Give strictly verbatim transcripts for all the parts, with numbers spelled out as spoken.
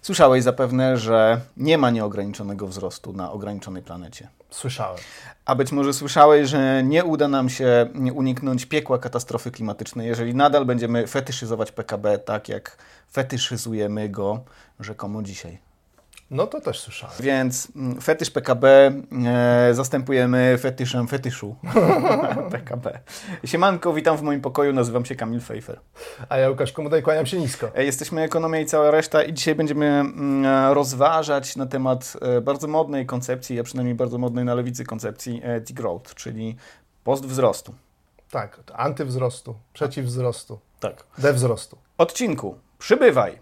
Słyszałeś zapewne, że nie ma nieograniczonego wzrostu na ograniczonej planecie. Słyszałem. A być może słyszałeś, że nie uda nam się uniknąć piekła katastrofy klimatycznej, jeżeli nadal będziemy fetyszyzować P K B tak, jak fetyszyzujemy go rzekomo dzisiaj. No to też słyszałem. Więc fetysz P K B e, zastępujemy fetyszem fetyszu P K B. Siemanko, witam w moim pokoju, nazywam się Kamil Fejfer. A ja Łukasz Komodaj, kłaniam się nisko. E, jesteśmy Ekonomia i cała reszta i dzisiaj będziemy mm, rozważać na temat e, bardzo modnej koncepcji, a przynajmniej bardzo modnej na lewicy koncepcji e, degrowth, czyli postwzrostu. Tak, antywzrostu, przeciwwzrostu, Tak. dewzrostu. Odcinku, przybywaj!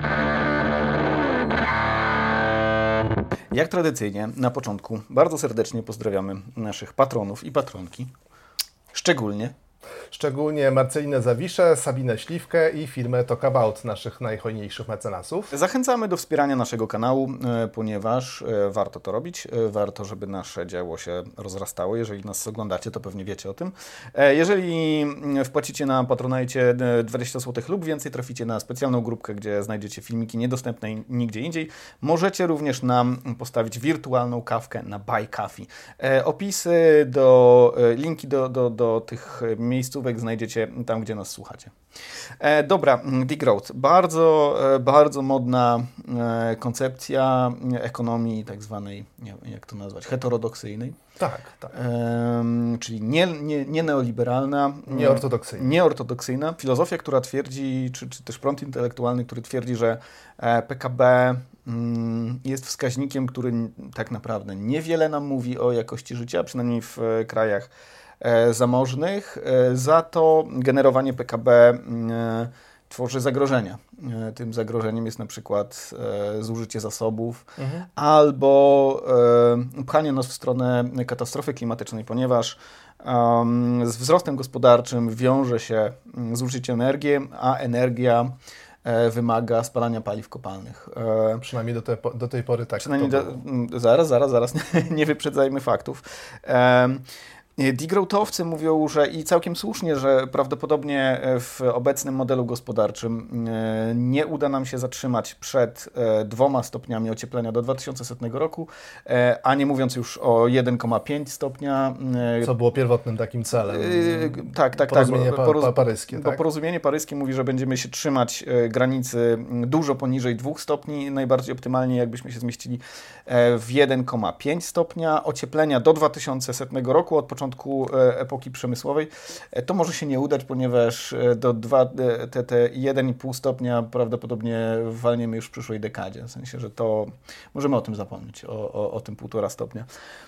Jak tradycyjnie, na początku bardzo serdecznie pozdrawiamy naszych patronów i patronki, szczególnie Szczególnie Marcelinę Zawiszę, Sabinę Śliwkę i firmę Talkabout, naszych najhojniejszych mecenasów. Zachęcamy do wspierania naszego kanału, ponieważ warto to robić, warto, żeby nasze dzieło się rozrastało. Jeżeli nas oglądacie, to pewnie wiecie o tym. Jeżeli wpłacicie na Patronite dwadzieścia złotych lub więcej, traficie na specjalną grupkę, gdzie znajdziecie filmiki niedostępne nigdzie indziej. Możecie również nam postawić wirtualną kawkę na Buy Coffee. Opisy, do, linki do, do, do tych miejscówek znajdziecie tam, gdzie nas słuchacie. E, dobra, degrowth. Bardzo, bardzo modna e, koncepcja ekonomii tak zwanej, nie wiem jak to nazwać, heterodoksyjnej. Tak, tak. E, czyli nie, nie, nie neoliberalna. Nieortodoksyjna. Nieortodoksyjna. Filozofia, która twierdzi, czy, czy też prąd intelektualny, który twierdzi, że P K B mm, jest wskaźnikiem, który tak naprawdę niewiele nam mówi o jakości życia, przynajmniej w krajach zamożnych, za to generowanie P K B tworzy zagrożenia. Tym zagrożeniem jest na przykład zużycie zasobów mhm. albo pchanie nas w stronę katastrofy klimatycznej, ponieważ z wzrostem gospodarczym wiąże się zużycie energii, a energia wymaga spalania paliw kopalnych. Przynajmniej do, te, do tej pory tak. Przynajmniej do, zaraz, zaraz, zaraz, nie wyprzedzajmy faktów. Degrowthowcy mówią, że i całkiem słusznie, że prawdopodobnie w obecnym modelu gospodarczym nie uda nam się zatrzymać przed dwoma stopniami ocieplenia do dwa tysiące setnego roku, a nie mówiąc już o jeden przecinek pięć stopnia. Co było pierwotnym takim celem. Yy, tak, tak, porozumienie tak. Poroz... paryskie. Bo tak? Porozumienie paryskie mówi, że będziemy się trzymać granicy dużo poniżej dwóch stopni. Najbardziej optymalnie, jakbyśmy się zmieścili w jeden przecinek pięć stopnia ocieplenia do dwa tysiące setnego roku od początku epoki przemysłowej, to może się nie udać, ponieważ do dwa, te, te jeden i pół stopnia prawdopodobnie walniemy już w przyszłej dekadzie. W sensie, że to możemy o tym zapomnieć, o, o, o tym półtora stopnia.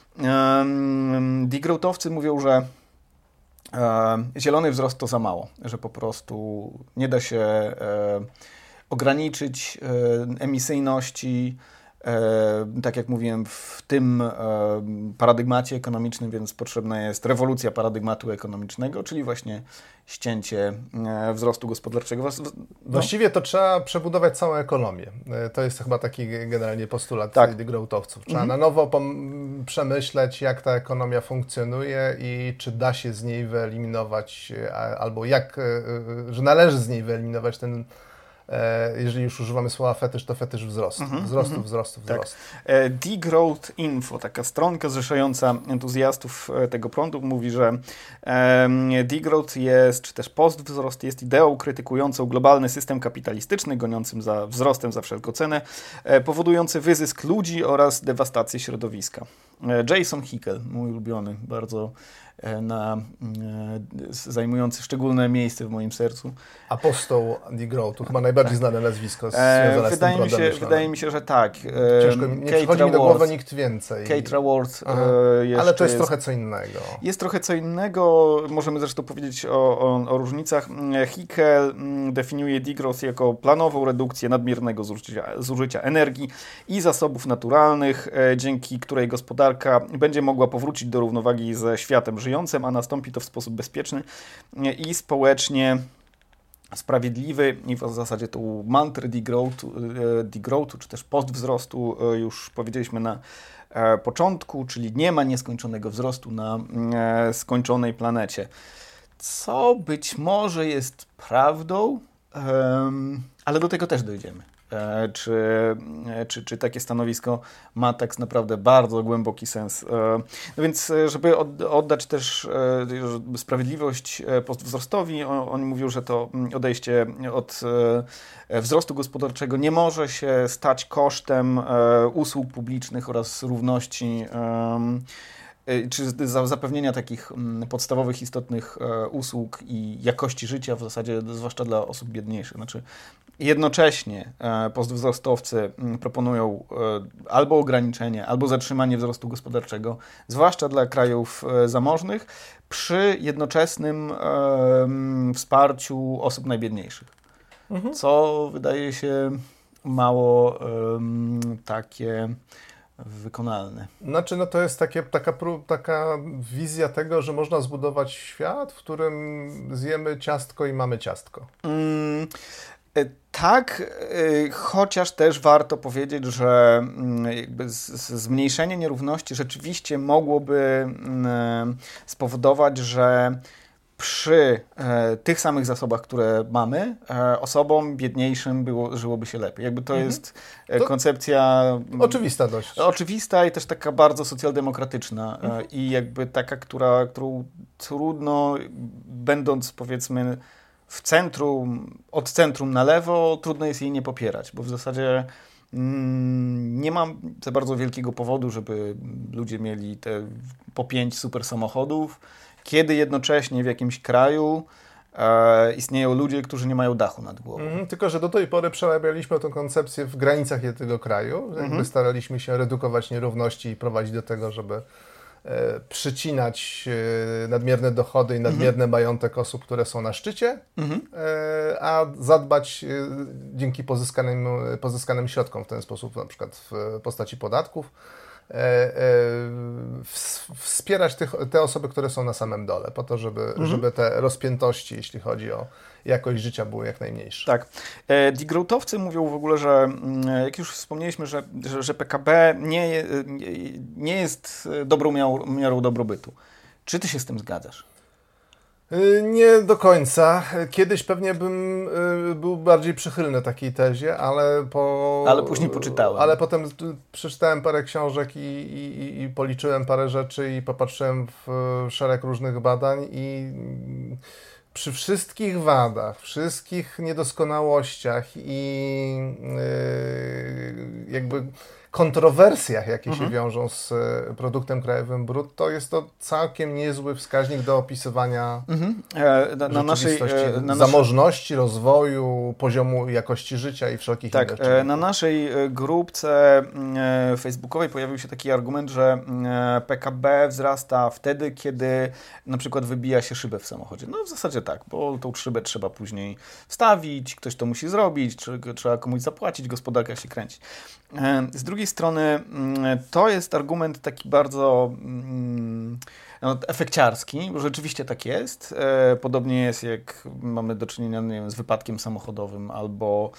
Um, degrowthowcy mówią, że um, zielony wzrost to za mało, że po prostu nie da się um, ograniczyć um, emisyjności. E, tak jak mówiłem, w tym e, paradygmacie ekonomicznym, więc potrzebna jest rewolucja paradygmatu ekonomicznego, czyli właśnie ścięcie e, wzrostu gospodarczego. No. Właściwie to trzeba przebudować całą ekonomię. E, to jest chyba taki generalnie postulat tak. degrowthowców. Trzeba mhm. na nowo pom- przemyśleć, jak ta ekonomia funkcjonuje i czy da się z niej wyeliminować, a, albo jak, e, że należy z niej wyeliminować ten, jeżeli już używamy słowa fetysz, to fetysz wzrostu. Mm-hmm, wzrostu, mm-hmm. wzrostu, wzrostu. Tak. Degrowth Info, taka stronka zrzeszająca entuzjastów tego prądu, mówi, że degrowth jest, czy też postwzrost jest ideą krytykującą globalny system kapitalistyczny, goniącym za wzrostem za wszelką cenę, powodujący wyzysk ludzi oraz dewastację środowiska. Jason Hickel, mój ulubiony, bardzo na, zajmujący szczególne miejsce w moim sercu. Apostoł degrowthu, chyba najbardziej tak. znane nazwisko związane e, z tym mi się, Wydaje mi się, że tak. Ciężko, nie Kate przychodzi mi do głowy nikt więcej. Kate Raworth. E, Ale to jest, jest trochę co innego. Jest trochę co innego. Możemy zresztą powiedzieć o, o, o różnicach. Hickel definiuje degrowth jako planową redukcję nadmiernego zużycia, zużycia energii i zasobów naturalnych, e, dzięki której gospodarka będzie mogła powrócić do równowagi ze światem żyjącym, a nastąpi to w sposób bezpieczny i społecznie sprawiedliwy i w zasadzie tą mantrę degrowthu, degrowthu czy też postwzrostu już powiedzieliśmy na początku, czyli nie ma nieskończonego wzrostu na skończonej planecie. Co być może jest prawdą, ale do tego też dojdziemy. czy, czy, czy takie stanowisko ma tak naprawdę bardzo głęboki sens. No więc, żeby oddać też sprawiedliwość postwzrostowi, oni mówią, że to odejście od wzrostu gospodarczego nie może się stać kosztem usług publicznych oraz równości czy zapewnienia takich podstawowych, istotnych usług i jakości życia, w zasadzie zwłaszcza dla osób biedniejszych. Znaczy, jednocześnie postwzrostowcy proponują albo ograniczenie, albo zatrzymanie wzrostu gospodarczego, zwłaszcza dla krajów zamożnych, przy jednoczesnym wsparciu osób najbiedniejszych. Mhm. Co wydaje się mało takie wykonalne. Znaczy, no to jest takie, taka, taka wizja tego, że można zbudować świat, w którym zjemy ciastko i mamy ciastko. Mm, tak, chociaż też warto powiedzieć, że jakby zmniejszenie nierówności rzeczywiście mogłoby spowodować, że przy e, tych samych zasobach, które mamy, e, osobom biedniejszym było, żyłoby się lepiej. Jakby to mhm. jest e, to koncepcja... Oczywista dość. Oczywista i też taka bardzo socjaldemokratyczna mhm. e, i jakby taka, która, którą trudno, będąc powiedzmy w centrum, od centrum na lewo, trudno jest jej nie popierać, bo w zasadzie mm, nie mam za bardzo wielkiego powodu, żeby ludzie mieli te po pięć super samochodów, kiedy jednocześnie w jakimś kraju e, istnieją ludzie, którzy nie mają dachu nad głową. Mm, tylko, że do tej pory przerabialiśmy tę koncepcję w granicach tego kraju. Jakby mm-hmm. staraliśmy się redukować nierówności i prowadzić do tego, żeby e, przycinać e, nadmierne dochody i nadmierny mm-hmm. majątek osób, które są na szczycie, mm-hmm. e, a zadbać e, dzięki pozyskanym, pozyskanym środkom w ten sposób, na przykład w postaci podatków, wspierać tych, te osoby, które są na samym dole, po to, żeby, mhm. żeby te rozpiętości, jeśli chodzi o jakość życia, były jak najmniejsze. Tak. Degrowthowcy mówią w ogóle, że jak już wspomnieliśmy, że, że, że P K B nie, nie jest dobrą miarą, miarą dobrobytu. Czy ty się z tym zgadzasz? Nie do końca. Kiedyś pewnie bym y, był bardziej przychylny takiej tezie, ale po... Ale później poczytałem. Ale potem przeczytałem parę książek i, i, i policzyłem parę rzeczy i popatrzyłem w szereg różnych badań i przy wszystkich wadach, wszystkich niedoskonałościach i y, jakby kontrowersjach, jakie mhm. się wiążą z produktem krajowym brutto, jest to całkiem niezły wskaźnik do opisywania mhm. e, na, na naszej e, na zamożności, nasze... rozwoju, poziomu jakości życia i wszelkich tak, innych czynników. E, na naszej grupce e, facebookowej pojawił się taki argument, że e, P K B wzrasta wtedy, kiedy na przykład wybija się szybę w samochodzie. No w zasadzie tak, bo tą szybę trzeba później wstawić, ktoś to musi zrobić, czy, trzeba komuś zapłacić, gospodarka się kręci. E, z drugiej drugiej strony to jest argument taki bardzo no, efekciarski, bo rzeczywiście tak jest. Podobnie jest, jak mamy do czynienia nie wiem, z wypadkiem samochodowym albo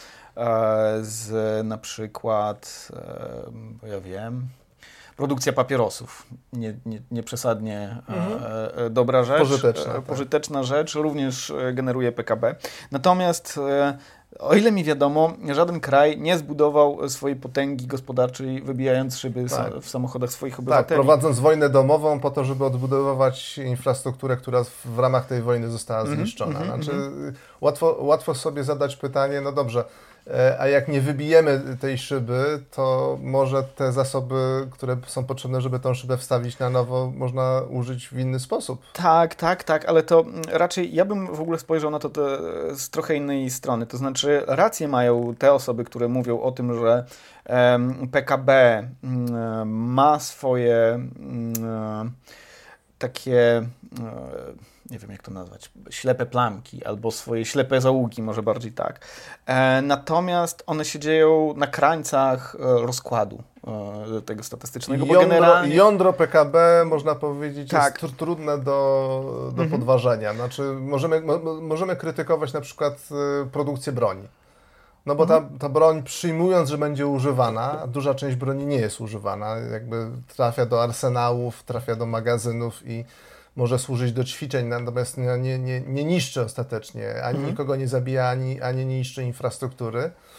z na przykład, bo ja wiem, produkcja papierosów. Nie, nie, nieprzesadnie mhm. dobra rzecz. Pożyteczna, tak. Pożyteczna rzecz, również generuje P K B. Natomiast o ile mi wiadomo, żaden kraj nie zbudował swojej potęgi gospodarczej, wybijając szyby tak. w samochodach swoich obywateli. Tak, prowadząc wojnę domową po to, żeby odbudowywać infrastrukturę, która w ramach tej wojny została zniszczona. Mm-hmm, znaczy, mm-hmm. łatwo, łatwo sobie zadać pytanie, no dobrze, a jak nie wybijemy tej szyby, to może te zasoby, które są potrzebne, żeby tą szybę wstawić na nowo, można użyć w inny sposób. Tak, tak, tak, ale to raczej ja bym w ogóle spojrzał na to te, z trochę innej strony. To znaczy rację mają te osoby, które mówią o tym, że um, P K B um, ma swoje um, takie... Um, nie wiem jak to nazwać, ślepe plamki albo swoje ślepe zaułki, może bardziej tak. E, natomiast one się dzieją na krańcach e, rozkładu e, tego statystycznego, jądro, bo generalnie... Jądro P K B, można powiedzieć, tak. jest tr- trudne do, do mhm. podważenia. Znaczy, możemy, mo, możemy krytykować na przykład e, produkcję broni. No bo mhm. ta, ta broń, przyjmując, że będzie używana, duża część broni nie jest używana. Jakby trafia do arsenałów, trafia do magazynów i może służyć do ćwiczeń, natomiast nie, nie, nie niszczy ostatecznie, ani mhm. nikogo nie zabija, ani, ani nie niszczy infrastruktury.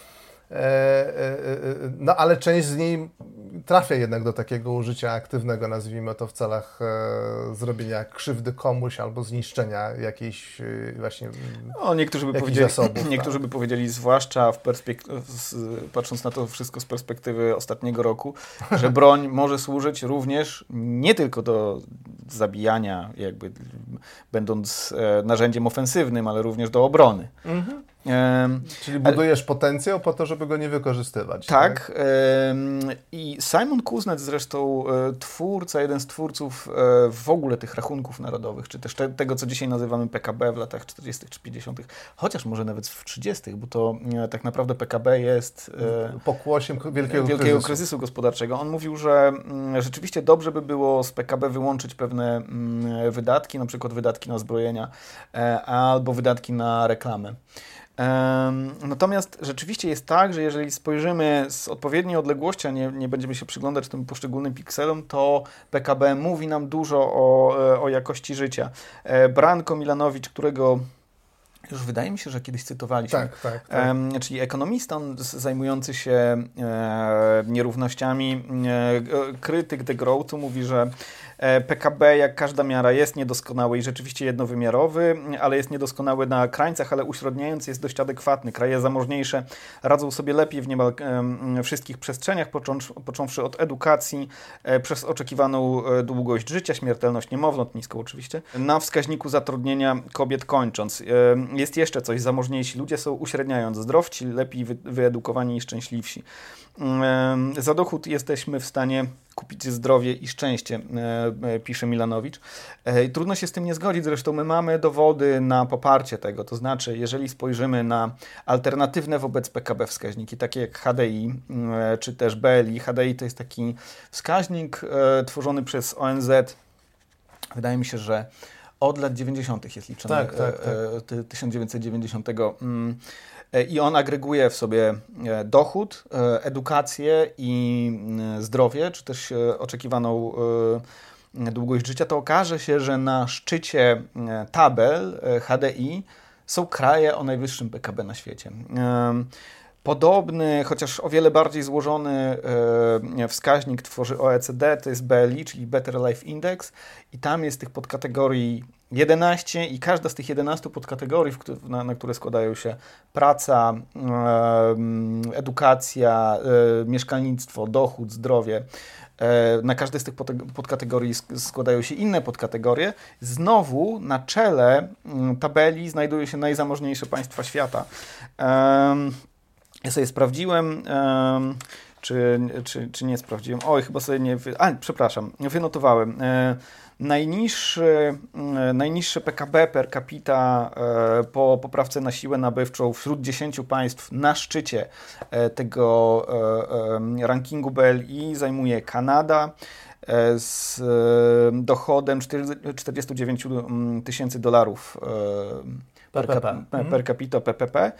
No ale część z niej trafia jednak do takiego użycia aktywnego, nazwijmy to, w celach zrobienia krzywdy komuś albo zniszczenia jakiejś właśnie no, niektórzy by powiedzieli, zasobów. Niektórzy tak. by powiedzieli, zwłaszcza w perspek- patrząc na to wszystko z perspektywy ostatniego roku, że broń może służyć również nie tylko do zabijania, jakby będąc narzędziem ofensywnym, ale również do obrony. Mhm. Um, Czyli budujesz ale, potencjał po to, żeby go nie wykorzystywać. Tak. tak? Um, I Simon Kuznets zresztą, e, twórca, jeden z twórców e, w ogóle tych rachunków narodowych, czy też te, tego, co dzisiaj nazywamy P K B w latach czterdziestych czy pięćdziesiątych, chociaż może nawet w trzydziestych, bo to e, tak naprawdę P K B jest e, pokłosiem wielkiego, wielkiego kryzysu. kryzysu gospodarczego. On mówił, że m, rzeczywiście dobrze by było z P K B wyłączyć pewne m, wydatki, na przykład wydatki na zbrojenia e, albo wydatki na reklamę. Natomiast rzeczywiście jest tak, że jeżeli spojrzymy z odpowiedniej odległości, a nie, nie będziemy się przyglądać tym poszczególnym pikselom, to P K B mówi nam dużo o, o jakości życia. Branko Milanowicz, którego już wydaje mi się, że kiedyś cytowaliśmy, tak, tak, tak. Um, czyli ekonomista zajmujący się e, nierównościami, e, krytyk The Growthu mówi, że P K B, jak każda miara, jest niedoskonały i rzeczywiście jednowymiarowy, ale jest niedoskonały na krańcach, ale uśredniając jest dość adekwatny. Kraje zamożniejsze radzą sobie lepiej w niemal e, wszystkich przestrzeniach, począwszy, począwszy od edukacji, e, przez oczekiwaną e, długość życia, śmiertelność niemowląt, niską oczywiście, na wskaźniku zatrudnienia kobiet kończąc. E, jest jeszcze coś, zamożniejsi ludzie są uśredniając zdrowci, lepiej wy, wyedukowani i szczęśliwsi. E, za dochód jesteśmy w stanie kupić zdrowie i szczęście, e, pisze Milanowicz. E, trudno się z tym nie zgodzić, zresztą my mamy dowody na poparcie tego, to znaczy jeżeli spojrzymy na alternatywne wobec P K B wskaźniki, takie jak H D I e, czy też B L I. H D I to jest taki wskaźnik e, tworzony przez O N Z. Wydaje mi się, że od lat dziewięćdziesiątych jest liczony, tak, tak, tak. E, tysiąc dziewięćset dziewięćdziesiątego. Mm, I on agreguje w sobie dochód, edukację i zdrowie, czy też oczekiwaną długość życia. To okaże się, że na szczycie tabel H D I są kraje o najwyższym P K B na świecie. Podobny, chociaż o wiele bardziej złożony wskaźnik tworzy O E C D, to jest B L I, czyli Better Life Index i tam jest tych podkategorii jedenaście i każda z tych jedenastu podkategorii, na, na które składają się praca, e, edukacja, e, mieszkalnictwo, dochód, zdrowie, e, na każdej z tych podkategorii składają się inne podkategorie. Znowu na czele tabeli znajdują się najzamożniejsze państwa świata. E, ja sobie sprawdziłem, e, czy, czy, czy nie sprawdziłem. Oj, chyba sobie nie... Wy... A, przepraszam, wynotowałem. E, Najniższy, najniższe P K B per capita po poprawce na siłę nabywczą wśród dziesięciu państw na szczycie tego rankingu B L I zajmuje Kanada z dochodem czterdzieści dziewięć tysięcy dolarów per, per capita P P P.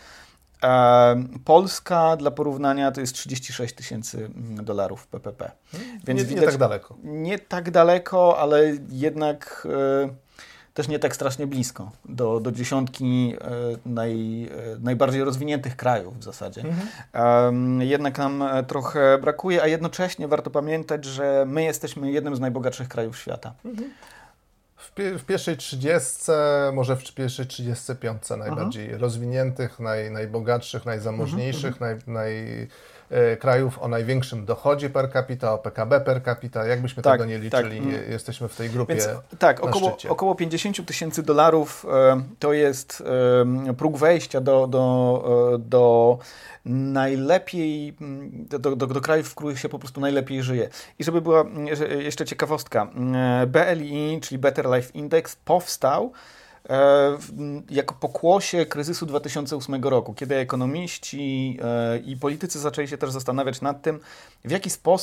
Polska dla porównania to jest trzydzieści sześć tysięcy dolarów P P P. Więc nie, widać, nie tak daleko. Nie tak daleko, ale jednak e, też nie tak strasznie blisko do, do dziesiątki e, naj, e, najbardziej rozwiniętych krajów w zasadzie. Mhm. E, jednak nam trochę brakuje, a jednocześnie warto pamiętać, że my jesteśmy jednym z najbogatszych krajów świata. Mhm. W, pie- w pierwszej trzydziestce, może w pierwszej trzydziestce piątce najbardziej Aha. rozwiniętych, naj, najbogatszych, najzamożniejszych, naj, naj, e, krajów o największym dochodzie per capita, o P K B per capita. Jakbyśmy tak, tego nie liczyli, tak. jesteśmy w tej grupie. Więc, tak, około, około pięćdziesiąt tysięcy dolarów e, to jest e, próg wejścia do, do, e, do najlepiej, do, do, do krajów, w których się po prostu najlepiej żyje. I żeby była jeszcze ciekawostka, B L I, czyli Better Life Index, powstał e, jako pokłosie kryzysu dwa tysiące ósmego roku, kiedy ekonomiści e, i politycy zaczęli się też zastanawiać nad tym, w jaki sposób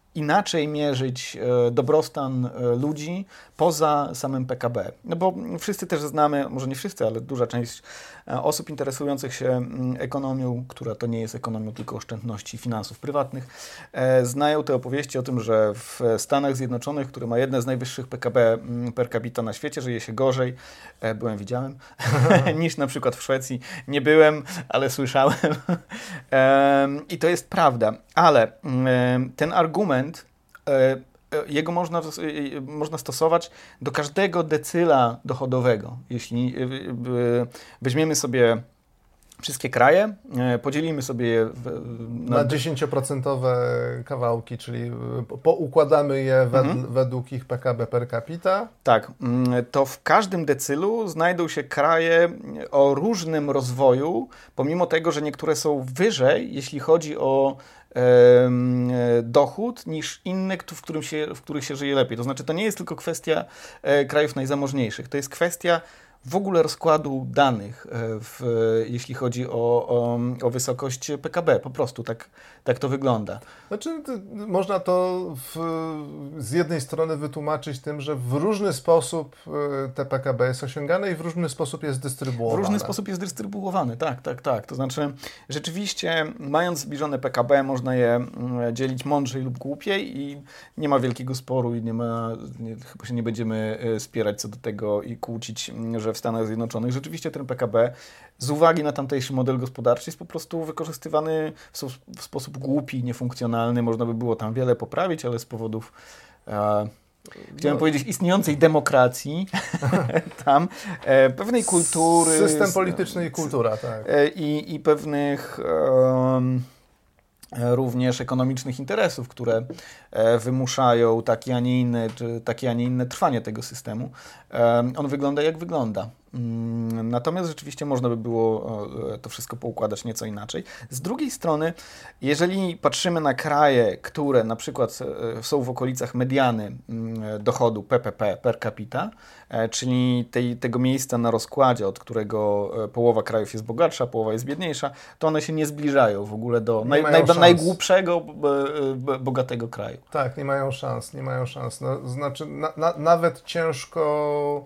inaczej mierzyć dobrostan ludzi poza samym P K B. No bo wszyscy też znamy, może nie wszyscy, ale duża część osób interesujących się ekonomią, która to nie jest ekonomią tylko oszczędności i finansów prywatnych, znają te opowieści o tym, że w Stanach Zjednoczonych, które ma jedne z najwyższych P K B per capita na świecie, żyje się gorzej, byłem, widziałem, niż na przykład w Szwecji. Nie byłem, ale słyszałem. I to jest prawda. Ale ten argument, jego można, można stosować do każdego decyla dochodowego. Jeśli weźmiemy sobie wszystkie kraje, podzielimy sobie je na, na dziesięcioprocentowe kawałki, czyli poukładamy je wedl, mhm. według ich P K B per capita. Tak, to w każdym decylu znajdą się kraje o różnym rozwoju, pomimo tego, że niektóre są wyżej, jeśli chodzi o dochód niż inne, w, którym się, w których się żyje lepiej. To znaczy, to nie jest tylko kwestia krajów najzamożniejszych, to jest kwestia w ogóle rozkładu danych, w, jeśli chodzi o, o, o wysokość P K B. Po prostu tak, tak to wygląda. Znaczy, to, można to w, z jednej strony wytłumaczyć tym, że w różny sposób te P K B jest osiągane i w różny sposób jest dystrybuowane. W różny sposób jest dystrybuowane, tak, tak, tak. To znaczy, rzeczywiście, mając zbliżone P K B, można je dzielić mądrzej lub głupiej i nie ma wielkiego sporu i nie ma, nie, chyba się nie będziemy spierać co do tego i kłócić, że w Stanach Zjednoczonych rzeczywiście ten P K B z uwagi na tamtejszy model gospodarczy jest po prostu wykorzystywany w, so, w sposób głupi, niefunkcjonalny. Można by było tam wiele poprawić, ale z powodów e, chciałem no. powiedzieć istniejącej demokracji tam, e, pewnej kultury. System polityczny i kultura, tak. E, i, i pewnych e, również ekonomicznych interesów, które wymuszają takie, a nie inne, czy takie, a nie inne trwanie tego systemu. On wygląda jak wygląda. Natomiast rzeczywiście można by było to wszystko poukładać nieco inaczej. Z drugiej strony, jeżeli patrzymy na kraje, które na przykład są w okolicach mediany dochodu P P P per capita, czyli tej, tego miejsca na rozkładzie, od którego połowa krajów jest bogatsza, połowa jest biedniejsza, to one się nie zbliżają w ogóle do naj, naj, najgłupszego, bogatego kraju. Tak, nie mają szans, nie mają szans. No, znaczy, na, na, nawet ciężko...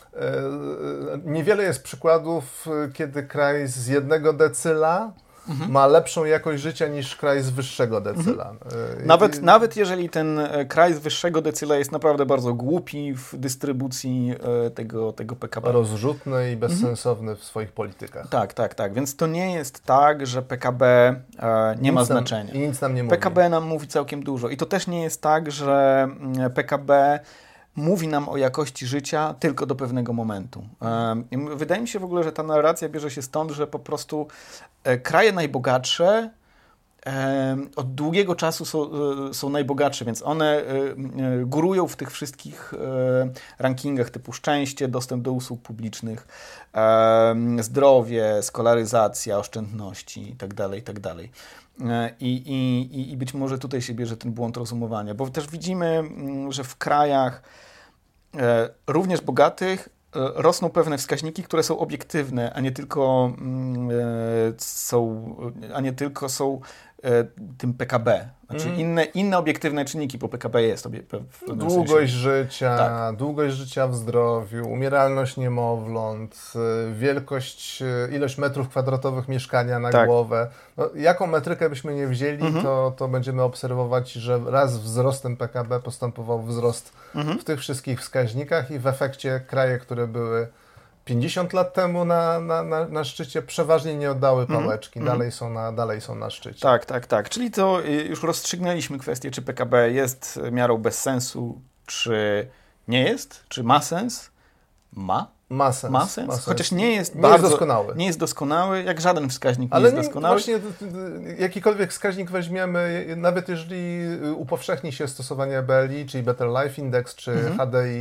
Niewiele jest przykładów, kiedy kraj z jednego decyla mhm. ma lepszą jakość życia niż kraj z wyższego decyla. Mhm. Nawet, I... nawet jeżeli ten kraj z wyższego decyla jest naprawdę bardzo głupi w dystrybucji tego, tego P K B. Rozrzutny i bezsensowny mhm. w swoich politykach. Tak, tak, tak. Więc to nie jest tak, że P K B nie nic ma znaczenia. Nam, I nic nam nie mówi. P K B nam mówi całkiem dużo. I to też nie jest tak, że P K B mówi nam o jakości życia tylko do pewnego momentu. Wydaje mi się w ogóle, że ta narracja bierze się stąd, że po prostu kraje najbogatsze od długiego czasu są, są najbogatsze, więc one górują w tych wszystkich rankingach typu szczęście, dostęp do usług publicznych, zdrowie, skolaryzacja, oszczędności itd., itd. I, i, I być może tutaj się bierze ten błąd rozumowania, bo też widzimy, że w krajach również bogatych rosną pewne wskaźniki, które są obiektywne, a nie tylko są, a nie tylko są tym P K B. Znaczy mm. inne, inne obiektywne czynniki, bo P K B jest obie- w Długość sensie. życia, tak. długość życia w zdrowiu, umieralność niemowląt, wielkość, ilość metrów kwadratowych mieszkania na tak. głowę. No, jaką metrykę byśmy nie wzięli, mm-hmm. to, to będziemy obserwować, że raz wzrostem P K B postępował wzrost mm-hmm. w tych wszystkich wskaźnikach i w efekcie kraje, które były pięćdziesiąt lat temu na, na, na, na szczycie przeważnie nie oddały pałeczki, mm. dalej, są na, dalej są na szczycie. Tak, tak, tak. Czyli to już rozstrzygnęliśmy kwestię, czy P K B jest miarą bez sensu, czy nie jest, czy ma sens. Ma. Ma sens. Ma sens. Ma sens. Chociaż nie jest nie bardzo... jest doskonały. Nie jest doskonały, jak żaden wskaźnik nie Ale jest doskonały. Właśnie jakikolwiek wskaźnik weźmiemy, nawet jeżeli upowszechni się stosowanie B L I, czyli Better Life Index, czy mhm. H D I,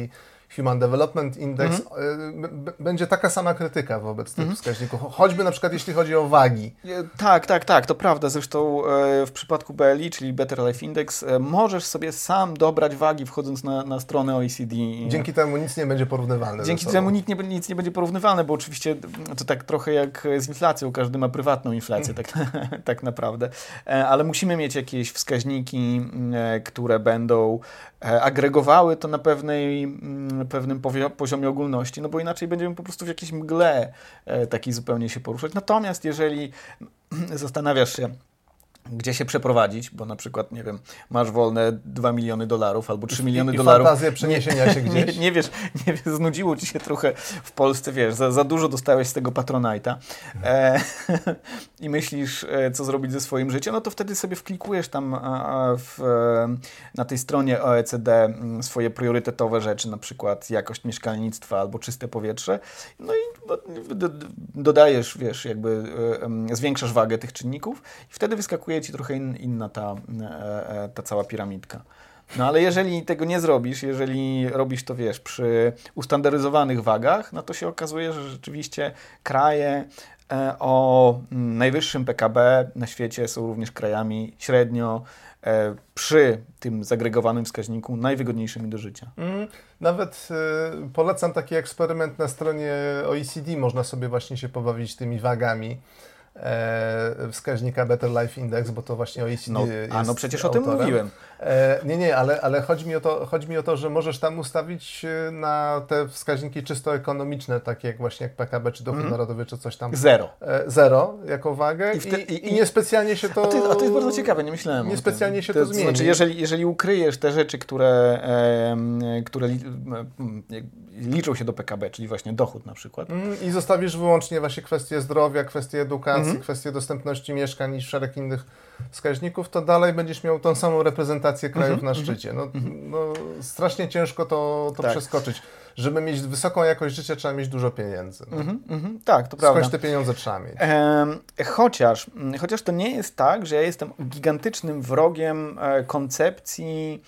Human Development Index, mhm. b- będzie taka sama krytyka wobec tych mhm. wskaźników, choćby na przykład jeśli chodzi o wagi. Tak, tak, tak, to prawda. Zresztą w przypadku B L I, czyli Better Life Index, możesz sobie sam dobrać wagi wchodząc na, na stronę O E C D. Dzięki temu nic nie będzie porównywalne. Dzięki temu nic nie, nic nie będzie porównywalne, bo oczywiście to tak trochę jak z inflacją, każdy ma prywatną inflację tak, tak naprawdę, ale musimy mieć jakieś wskaźniki, które będą agregowały to na pewnej, pewnym poziomie ogólności, no bo inaczej będziemy po prostu w jakiejś mgle takiej zupełnie się poruszać. Natomiast jeżeli zastanawiasz się, gdzie się przeprowadzić, bo na przykład, nie wiem, masz wolne dwa miliony dolarów albo trzy miliony I, i dolarów. fantazję przeniesienia nie, się gdzieś. Nie, nie wiesz, nie wiesz, znudziło ci się trochę w Polsce, wiesz, za, za dużo dostałeś z tego Patronite'a e, i myślisz, co zrobić ze swoim życiem, no to wtedy sobie wklikujesz tam a, w, na tej stronie O E C D swoje priorytetowe rzeczy, na przykład jakość mieszkalnictwa albo czyste powietrze, no i do, dodajesz, wiesz, jakby e, zwiększasz wagę tych czynników i wtedy wyskakuje ci trochę in, inna ta, ta cała piramidka. No ale jeżeli tego nie zrobisz, jeżeli robisz to, wiesz, przy ustandaryzowanych wagach, no to się okazuje, że rzeczywiście kraje o najwyższym P K B na świecie są również krajami średnio przy tym zagregowanym wskaźniku najwygodniejszymi do życia. Mm, nawet y, polecam taki eksperyment na stronie O E C D, można sobie właśnie się pobawić tymi wagami e, wskaźnika Better Life Index, bo to właśnie O E C D no, jest A no przecież autorem. o tym mówiłem. E, nie, nie, ale, ale chodzi mi o to, chodzi mi o to, że możesz tam ustawić na te wskaźniki czysto ekonomiczne, takie jak właśnie jak P K B, czy dochód mm. narodowy, czy coś tam. Zero. E, zero jako wagę i, wte, i, i, i niespecjalnie się to... A to, jest, a to jest bardzo ciekawe, nie myślałem Niespecjalnie o tym. się to, to, to zmieni. Znaczy, jeżeli, jeżeli ukryjesz te rzeczy, które, e, które li, e, liczą się do P K B, czyli właśnie dochód na przykład. Mm, I zostawisz wyłącznie właśnie kwestie zdrowia, kwestie edukacji, mm. kwestie dostępności mieszkań i szereg innych wskaźników, to dalej będziesz miał tą samą reprezentację krajów mm-hmm. na szczycie. No, no, strasznie ciężko to, to tak. przeskoczyć. Żeby mieć wysoką jakość życia, trzeba mieć dużo pieniędzy. No. Mm-hmm, mm-hmm. Tak, to prawda. Skądś te pieniądze trzeba mieć. Ehm, chociaż, chociaż to nie jest tak, że ja jestem gigantycznym wrogiem e, koncepcji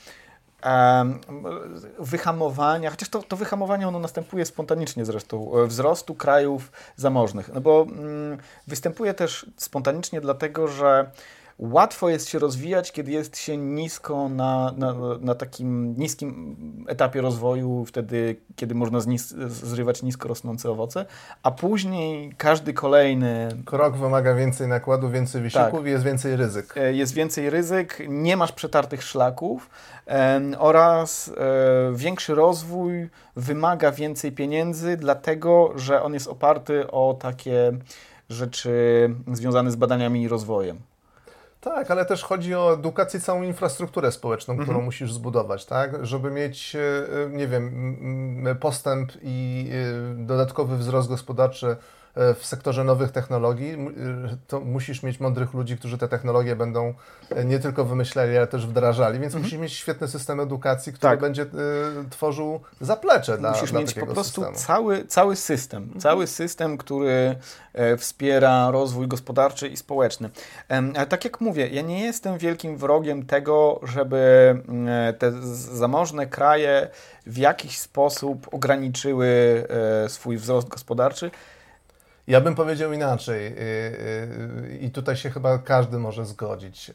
e, wyhamowania, chociaż to, to wyhamowanie ono następuje spontanicznie zresztą, wzrostu krajów zamożnych. No bo mm, występuje też spontanicznie dlatego, że łatwo jest się rozwijać, kiedy jest się nisko na, na, na takim niskim etapie rozwoju, wtedy, kiedy można znis- zrywać nisko rosnące owoce, a później każdy kolejny... Krok wymaga więcej nakładu, więcej wysiłków tak. i jest więcej ryzyk. Jest więcej ryzyk, nie masz przetartych szlaków e, oraz e, większy rozwój wymaga więcej pieniędzy, dlatego, że on jest oparty o takie rzeczy związane z badaniami i rozwojem. Tak, ale też chodzi o edukację, całą infrastrukturę społeczną, którą mhm. musisz zbudować, tak? Żeby mieć, nie wiem, postęp i dodatkowy wzrost gospodarczy w sektorze nowych technologii, to musisz mieć mądrych ludzi, którzy te technologie będą nie tylko wymyślali, ale też wdrażali, więc mhm. musisz mieć świetny system edukacji, który tak. będzie y, tworzył zaplecze dla, musisz dla mieć takiego po prostu systemu. Cały, cały system, mhm. cały system, który e, wspiera rozwój gospodarczy i społeczny. E, ale tak jak mówię, ja nie jestem wielkim wrogiem tego, żeby e, te zamożne kraje w jakiś sposób ograniczyły e, swój wzrost gospodarczy. Ja bym powiedział inaczej i tutaj się chyba każdy może zgodzić.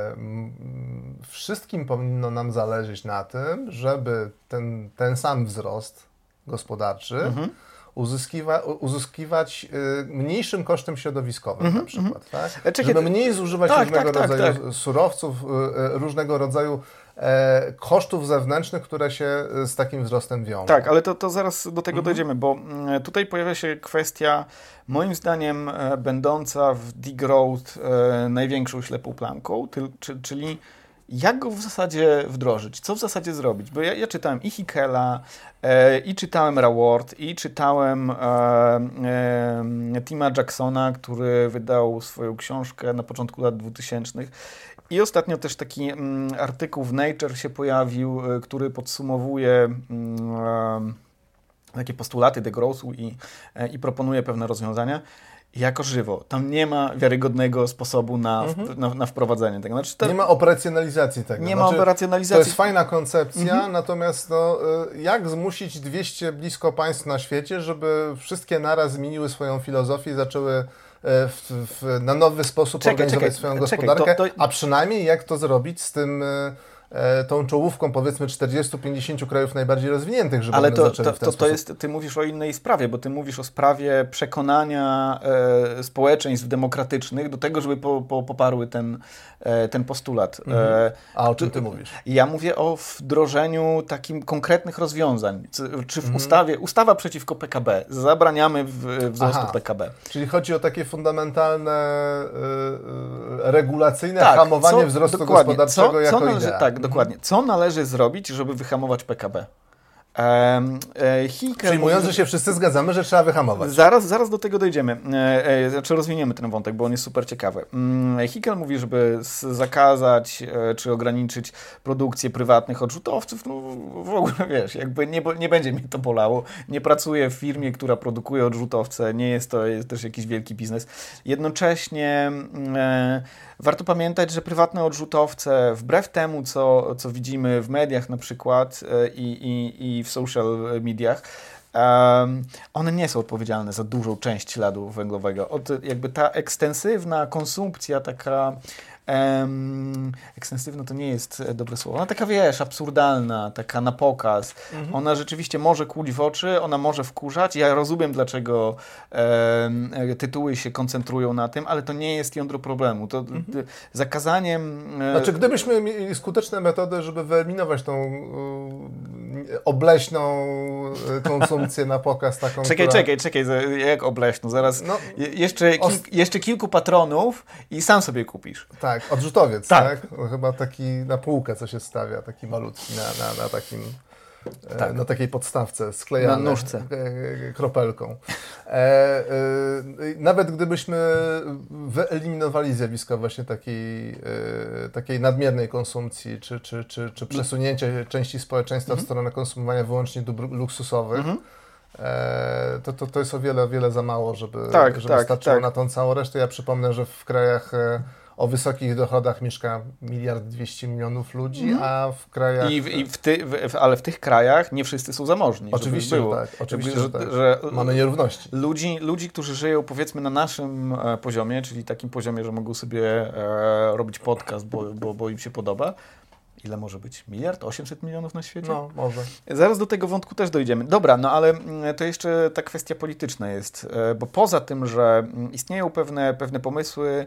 Wszystkim powinno nam zależeć na tym, żeby ten, ten sam wzrost gospodarczy mhm. uzyskiwa, uzyskiwać mniejszym kosztem środowiskowym mhm, na przykład. Mhm. Tak? Czekaj, żeby mniej zużywać tak, różnego tak, rodzaju tak, tak. surowców, różnego rodzaju E, kosztów zewnętrznych, które się z takim wzrostem wiążą. Tak, ale to, to zaraz do tego mhm. dojdziemy, bo tutaj pojawia się kwestia, moim zdaniem, e, będąca w degrowth e, największą ślepą plamką, ty, czy, czyli jak go w zasadzie wdrożyć, co w zasadzie zrobić, bo ja, ja czytałem i Hickela, e, i czytałem Raworth, i czytałem e, e, Tima Jacksona, który wydał swoją książkę na początku lat dwutysięcznych. I ostatnio też taki mm, artykuł w Nature się pojawił, y, który podsumowuje y, takie postulaty degrowthu i, y, i proponuje pewne rozwiązania. jako żywo. Tam nie ma wiarygodnego sposobu na, mhm. na, na wprowadzenie tego. Znaczy, to, nie ma operacjonalizacji tego. Nie znaczy, ma operacjonalizacji. To jest fajna koncepcja, mhm. natomiast no, jak zmusić dwieście blisko państw na świecie, żeby wszystkie naraz zmieniły swoją filozofię i zaczęły w, w, na nowy sposób czekaj, organizować czekaj, swoją gospodarkę, czekaj, to, to... a przynajmniej jak to zrobić z tym tą czołówką, powiedzmy, czterdziestu pięćdziesięciu krajów najbardziej rozwiniętych, żeby Ale one to, zaczęły to, w ten to, sposób. to jest, ty mówisz o innej sprawie, bo ty mówisz o sprawie przekonania e, społeczeństw demokratycznych do tego, żeby po, po, poparły ten, e, ten postulat. Mhm. E, A o czym ty mówisz? Ja mówię o wdrożeniu takim konkretnych rozwiązań. Czy w mhm. ustawie, ustawa przeciwko P K B, zabraniamy w, wzrostu Aha. P K B. Czyli chodzi o takie fundamentalne, y, y, regulacyjne tak, hamowanie co, wzrostu gospodarczego co, jako co należy, idea. Tak, dokładnie. Co należy zrobić, żeby wyhamować P K B? Um, e, Hickel Przyjmując, mówi, że się wszyscy zgadzamy, że trzeba wyhamować. Zaraz, zaraz do tego dojdziemy. E, e, znaczy rozwiniemy ten wątek, bo on jest super ciekawy. E, Hickel mówi, żeby zakazać e, czy ograniczyć produkcję prywatnych odrzutowców. No w ogóle wiesz, jakby nie, nie będzie mnie to bolało. Nie pracuję w firmie, która produkuje odrzutowce. Nie jest to jest też jakiś wielki biznes. Jednocześnie e, warto pamiętać, że prywatne odrzutowce, wbrew temu, co, co widzimy w mediach na przykład e, i, i, i w social mediach, um, one nie są odpowiedzialne za dużą część śladu węglowego. Od, jakby ta ekstensywna konsumpcja, taka Um, ekstensywna to nie jest dobre słowo. Ona taka, wiesz, absurdalna, taka na pokaz. Mhm. Ona rzeczywiście może kłuć w oczy, ona może wkurzać. Ja rozumiem, dlaczego um, tytuły się koncentrują na tym, ale to nie jest jądro problemu. To mhm. d- zakazaniem... Znaczy, gdybyśmy mieli skuteczne metody, żeby wyeliminować tą y, obleśną konsumpcję na pokaz taką, Czekaj, która... czekaj, czekaj, jak obleśną? Zaraz no, jeszcze, kil, os... jeszcze kilku patronów i sam sobie kupisz. Tak. Odrzutowiec, tak? tak? No, chyba taki na półkę, co się stawia, taki malutki, na, na, na takim, tak. e, na takiej podstawce sklejane na nóżce. E, kropelką. E, e, nawet gdybyśmy wyeliminowali zjawisko właśnie takiej, e, takiej nadmiernej konsumpcji, czy, czy, czy, czy przesunięcie części społeczeństwa mhm. w stronę konsumowania wyłącznie dóbr luksusowych, mhm. E, to, to, to jest o wiele, o wiele za mało, żeby, tak, żeby tak, starczyło tak. na tą całą resztę. Ja przypomnę, że w krajach e, o wysokich dochodach mieszka miliard dwieście milionów ludzi, mm. a w krajach... I w, i w ty, w, ale w tych krajach nie wszyscy są zamożni. Oczywiście, było. że tak. Oczywiście, Jakby, że, tak. że mamy nierówności. Ludzi, ludzi, którzy żyją powiedzmy na naszym e, poziomie, czyli takim poziomie, że mogą sobie e, robić podcast, bo, bo, bo im się podoba. Ile może być? Miliard? osiemset milionów na świecie? No, może. Zaraz do tego wątku też dojdziemy. Dobra, no ale to jeszcze ta kwestia polityczna jest, bo poza tym, że istnieją pewne, pewne pomysły,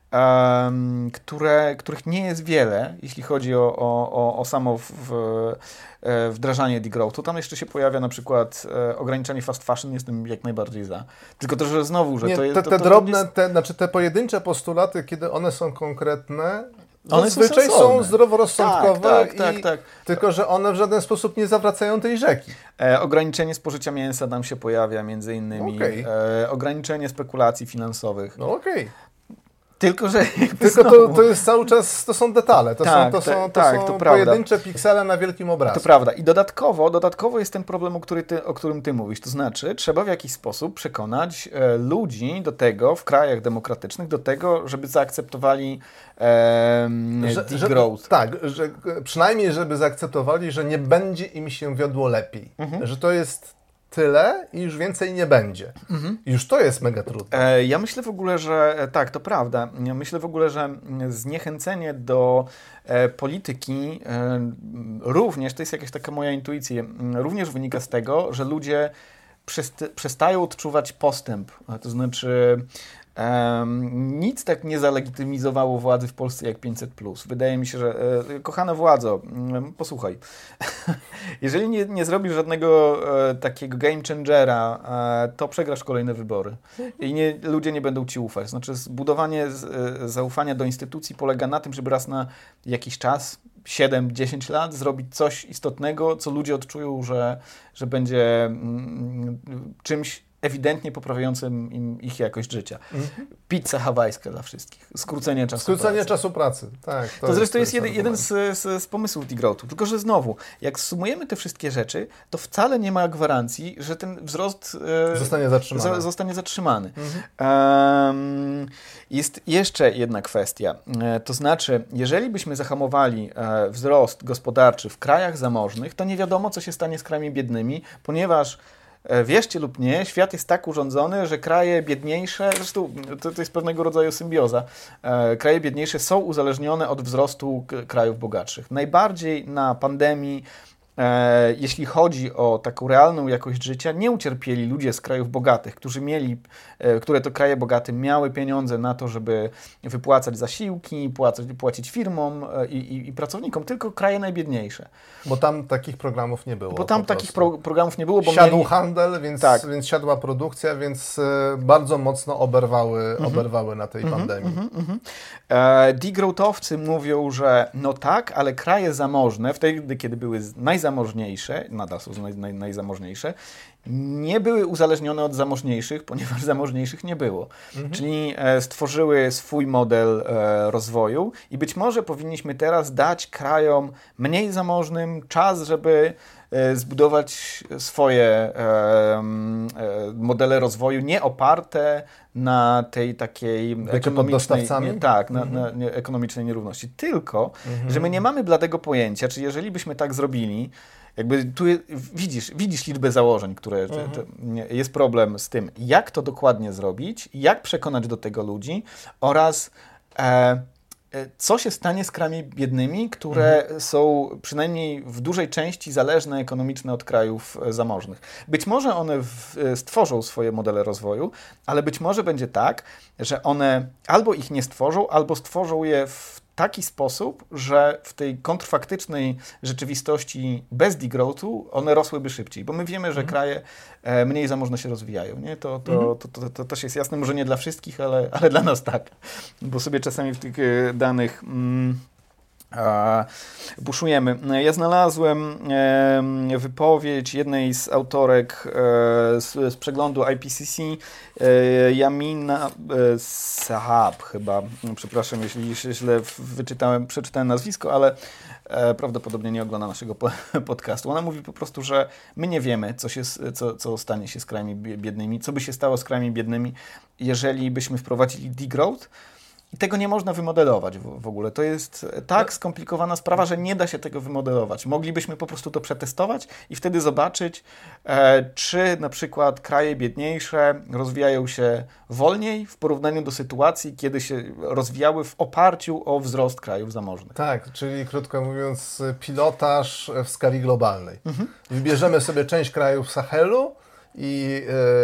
um, które, których nie jest wiele, jeśli chodzi o, o, o samo w, w, wdrażanie degrowthu, tam jeszcze się pojawia na przykład ograniczanie fast fashion, jestem jak najbardziej za. Tylko to, że znowu, że nie, to jest... Te, to, te to, drobne, to jest... te, znaczy te pojedyncze postulaty, kiedy one są konkretne, one zazwyczaj są, są zdroworozsądkowe, tak, tak, i, tak, tak. tylko że one w żaden sposób nie zawracają tej rzeki. E, ograniczenie spożycia mięsa tam się pojawia między innymi. Okay. E, ograniczenie spekulacji finansowych. No okej. Okay. Tylko, że Tylko to, to jest cały czas, to są detale, to tak, są, to te, są, to tak, są to pojedyncze piksele na wielkim obrazku. To prawda. I dodatkowo, dodatkowo jest ten problem, o, który ty, o którym ty mówisz. To znaczy, trzeba w jakiś sposób przekonać e, ludzi do tego, w krajach demokratycznych, do tego, żeby zaakceptowali e, degrowth. Że, tak, że przynajmniej żeby zaakceptowali, że nie będzie im się wiodło lepiej. Mhm. Że to jest tyle i już więcej nie będzie. Mhm. Już to jest mega trudne. E, ja myślę w ogóle, że e, tak, to prawda. Ja myślę w ogóle, że zniechęcenie do e, polityki e, również, to jest jakaś taka moja intuicja, również wynika z tego, że ludzie przest- przestają odczuwać postęp. To znaczy Um, nic tak nie zalegitymizowało władzy w Polsce jak pięćset plus. Wydaje mi się, że e, kochana władzo, mm, posłuchaj, jeżeli nie, nie zrobisz żadnego e, takiego game changera, e, to przegrasz kolejne wybory i nie, ludzie nie będą ci ufać. Znaczy zbudowanie z, e, zaufania do instytucji polega na tym, żeby raz na jakiś czas, siedem dziesięć lat, zrobić coś istotnego, co ludzie odczują, że, że będzie mm, czymś ewidentnie poprawiającym im ich jakość życia. Mhm. Pizza hawajska dla wszystkich. Skrócenie czasu Skrócenie pracy. czasu pracy, tak. To, to zresztą jest, jest jeden, jeden z, z, z pomysłów degrowthu. Tylko, że znowu, jak sumujemy te wszystkie rzeczy, to wcale nie ma gwarancji, że ten wzrost e, zostanie zatrzymany. Z, zostanie zatrzymany. Mhm. Um, jest jeszcze jedna kwestia. E, to znaczy, jeżeli byśmy zahamowali e, wzrost gospodarczy w krajach zamożnych, to nie wiadomo, co się stanie z krajami biednymi, ponieważ wierzcie lub nie, świat jest tak urządzony, że kraje biedniejsze, zresztą to, to jest pewnego rodzaju symbioza, e, kraje biedniejsze są uzależnione od wzrostu k- krajów bogatszych. Najbardziej na pandemii, e, jeśli chodzi o taką realną jakość życia, nie ucierpieli ludzie z krajów bogatych, którzy mieli, e, które to kraje bogate miały pieniądze na to, żeby wypłacać zasiłki, płacać, płacić firmom e, i, i pracownikom, tylko kraje najbiedniejsze. Bo tam takich programów nie było. Bo tam takich pro, programów nie było, bo siadł mieli... handel, więc, tak. więc siadła produkcja, więc bardzo mocno oberwały, mm-hmm. oberwały na tej mm-hmm, pandemii. Mm-hmm. E, degrowthowcy mówią, że no tak, ale kraje zamożne, wtedy kiedy były najzamożniejsze, nadal są naj, naj, najzamożniejsze, nie były uzależnione od zamożniejszych, ponieważ zamożniejszych nie było. Mhm. Czyli e, stworzyły swój model e, rozwoju i być może powinniśmy teraz dać krajom mniej zamożnym czas, żeby e, zbudować swoje e, e, modele rozwoju nie oparte na tej takiej Bycie ekonomicznej, nie, tak, mhm. na, na nie, ekonomicznej nierówności. Tylko, mhm. że my nie mamy bladego pojęcia, czy jeżeli byśmy tak zrobili, jakby tu je, widzisz, widzisz liczbę założeń, które mhm. to, to jest problem z tym, jak to dokładnie zrobić, jak przekonać do tego ludzi oraz e, co się stanie z krajami biednymi, które mhm. są przynajmniej w dużej części zależne ekonomicznie od krajów zamożnych. Być może one w, stworzą swoje modele rozwoju, ale być może będzie tak, że one albo ich nie stworzą, albo stworzą je w taki sposób, że w tej kontrfaktycznej rzeczywistości bez degrowthu one rosłyby szybciej, bo my wiemy, że mhm. kraje e, mniej zamożne się rozwijają. Nie? To, to, mhm. to, to, to, to też jest jasne, może nie dla wszystkich, ale, ale dla nas tak. Bo sobie czasami w tych e, danych mm, a, buszujemy. Ja znalazłem e, wypowiedź jednej z autorek e, z, z przeglądu I P C C, e, Yamina e, Sahab chyba, przepraszam, jeśli źle wyczytałem, przeczytałem nazwisko, ale e, prawdopodobnie nie ogląda naszego podcastu. Ona mówi po prostu, że my nie wiemy, co, się, co, co stanie się z krajami biednymi, co by się stało z krajami biednymi, jeżeli byśmy wprowadzili degrowth. I tego nie można wymodelować w, w ogóle. To jest tak skomplikowana sprawa, że nie da się tego wymodelować. Moglibyśmy po prostu to przetestować i wtedy zobaczyć, e, czy na przykład kraje biedniejsze rozwijają się wolniej w porównaniu do sytuacji, kiedy się rozwijały w oparciu o wzrost krajów zamożnych. Tak, czyli krótko mówiąc pilotaż w skali globalnej. Mhm. Wybierzemy sobie część krajów Sahelu, i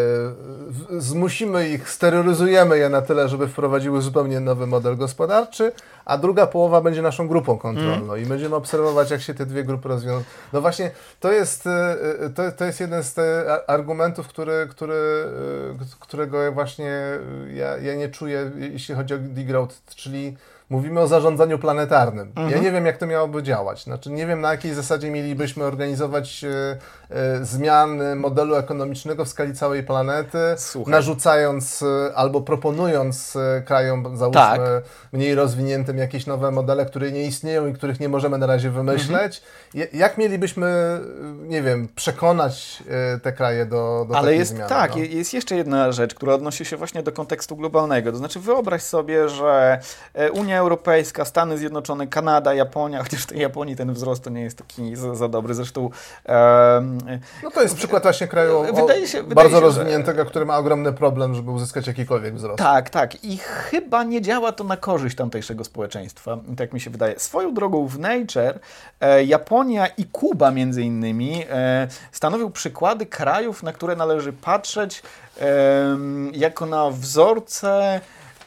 e, zmusimy ich, steroryzujemy je na tyle, żeby wprowadziły zupełnie nowy model gospodarczy, a druga połowa będzie naszą grupą kontrolną mm. i będziemy obserwować, jak się te dwie grupy rozwiążą. No właśnie, to jest, to, to jest jeden z tych argumentów, który, który, którego właśnie ja, ja nie czuję, jeśli chodzi o degrowth, czyli mówimy o zarządzaniu planetarnym. Mhm. Ja nie wiem, jak to miałoby działać. Znaczy, nie wiem, na jakiej zasadzie mielibyśmy organizować e, e, zmiany modelu ekonomicznego w skali całej planety, Słuchaj. narzucając e, albo proponując e, krajom, załóżmy, tak. mniej rozwiniętym jakieś nowe modele, które nie istnieją i których nie możemy na razie wymyśleć. Mhm. Jak mielibyśmy, nie wiem, przekonać e, te kraje do, do Ale takiej jest, zmiany? tak, no? jest jeszcze jedna rzecz, która odnosi się właśnie do kontekstu globalnego. To znaczy, wyobraź sobie, że Unia Europejska, Stany Zjednoczone, Kanada, Japonia, chociaż w tej Japonii ten wzrost to nie jest taki za, za dobry. Zresztą... Um, no to jest przykład właśnie kraju wydaje się, wydaje bardzo się, rozwiniętego, że... który ma ogromny problem, żeby uzyskać jakikolwiek wzrost. Tak, tak. I chyba nie działa to na korzyść tamtejszego społeczeństwa, tak mi się wydaje. Swoją drogą w Nature e, Japonia i Kuba między innymi e, stanowią przykłady krajów, na które należy patrzeć e, jako na wzorce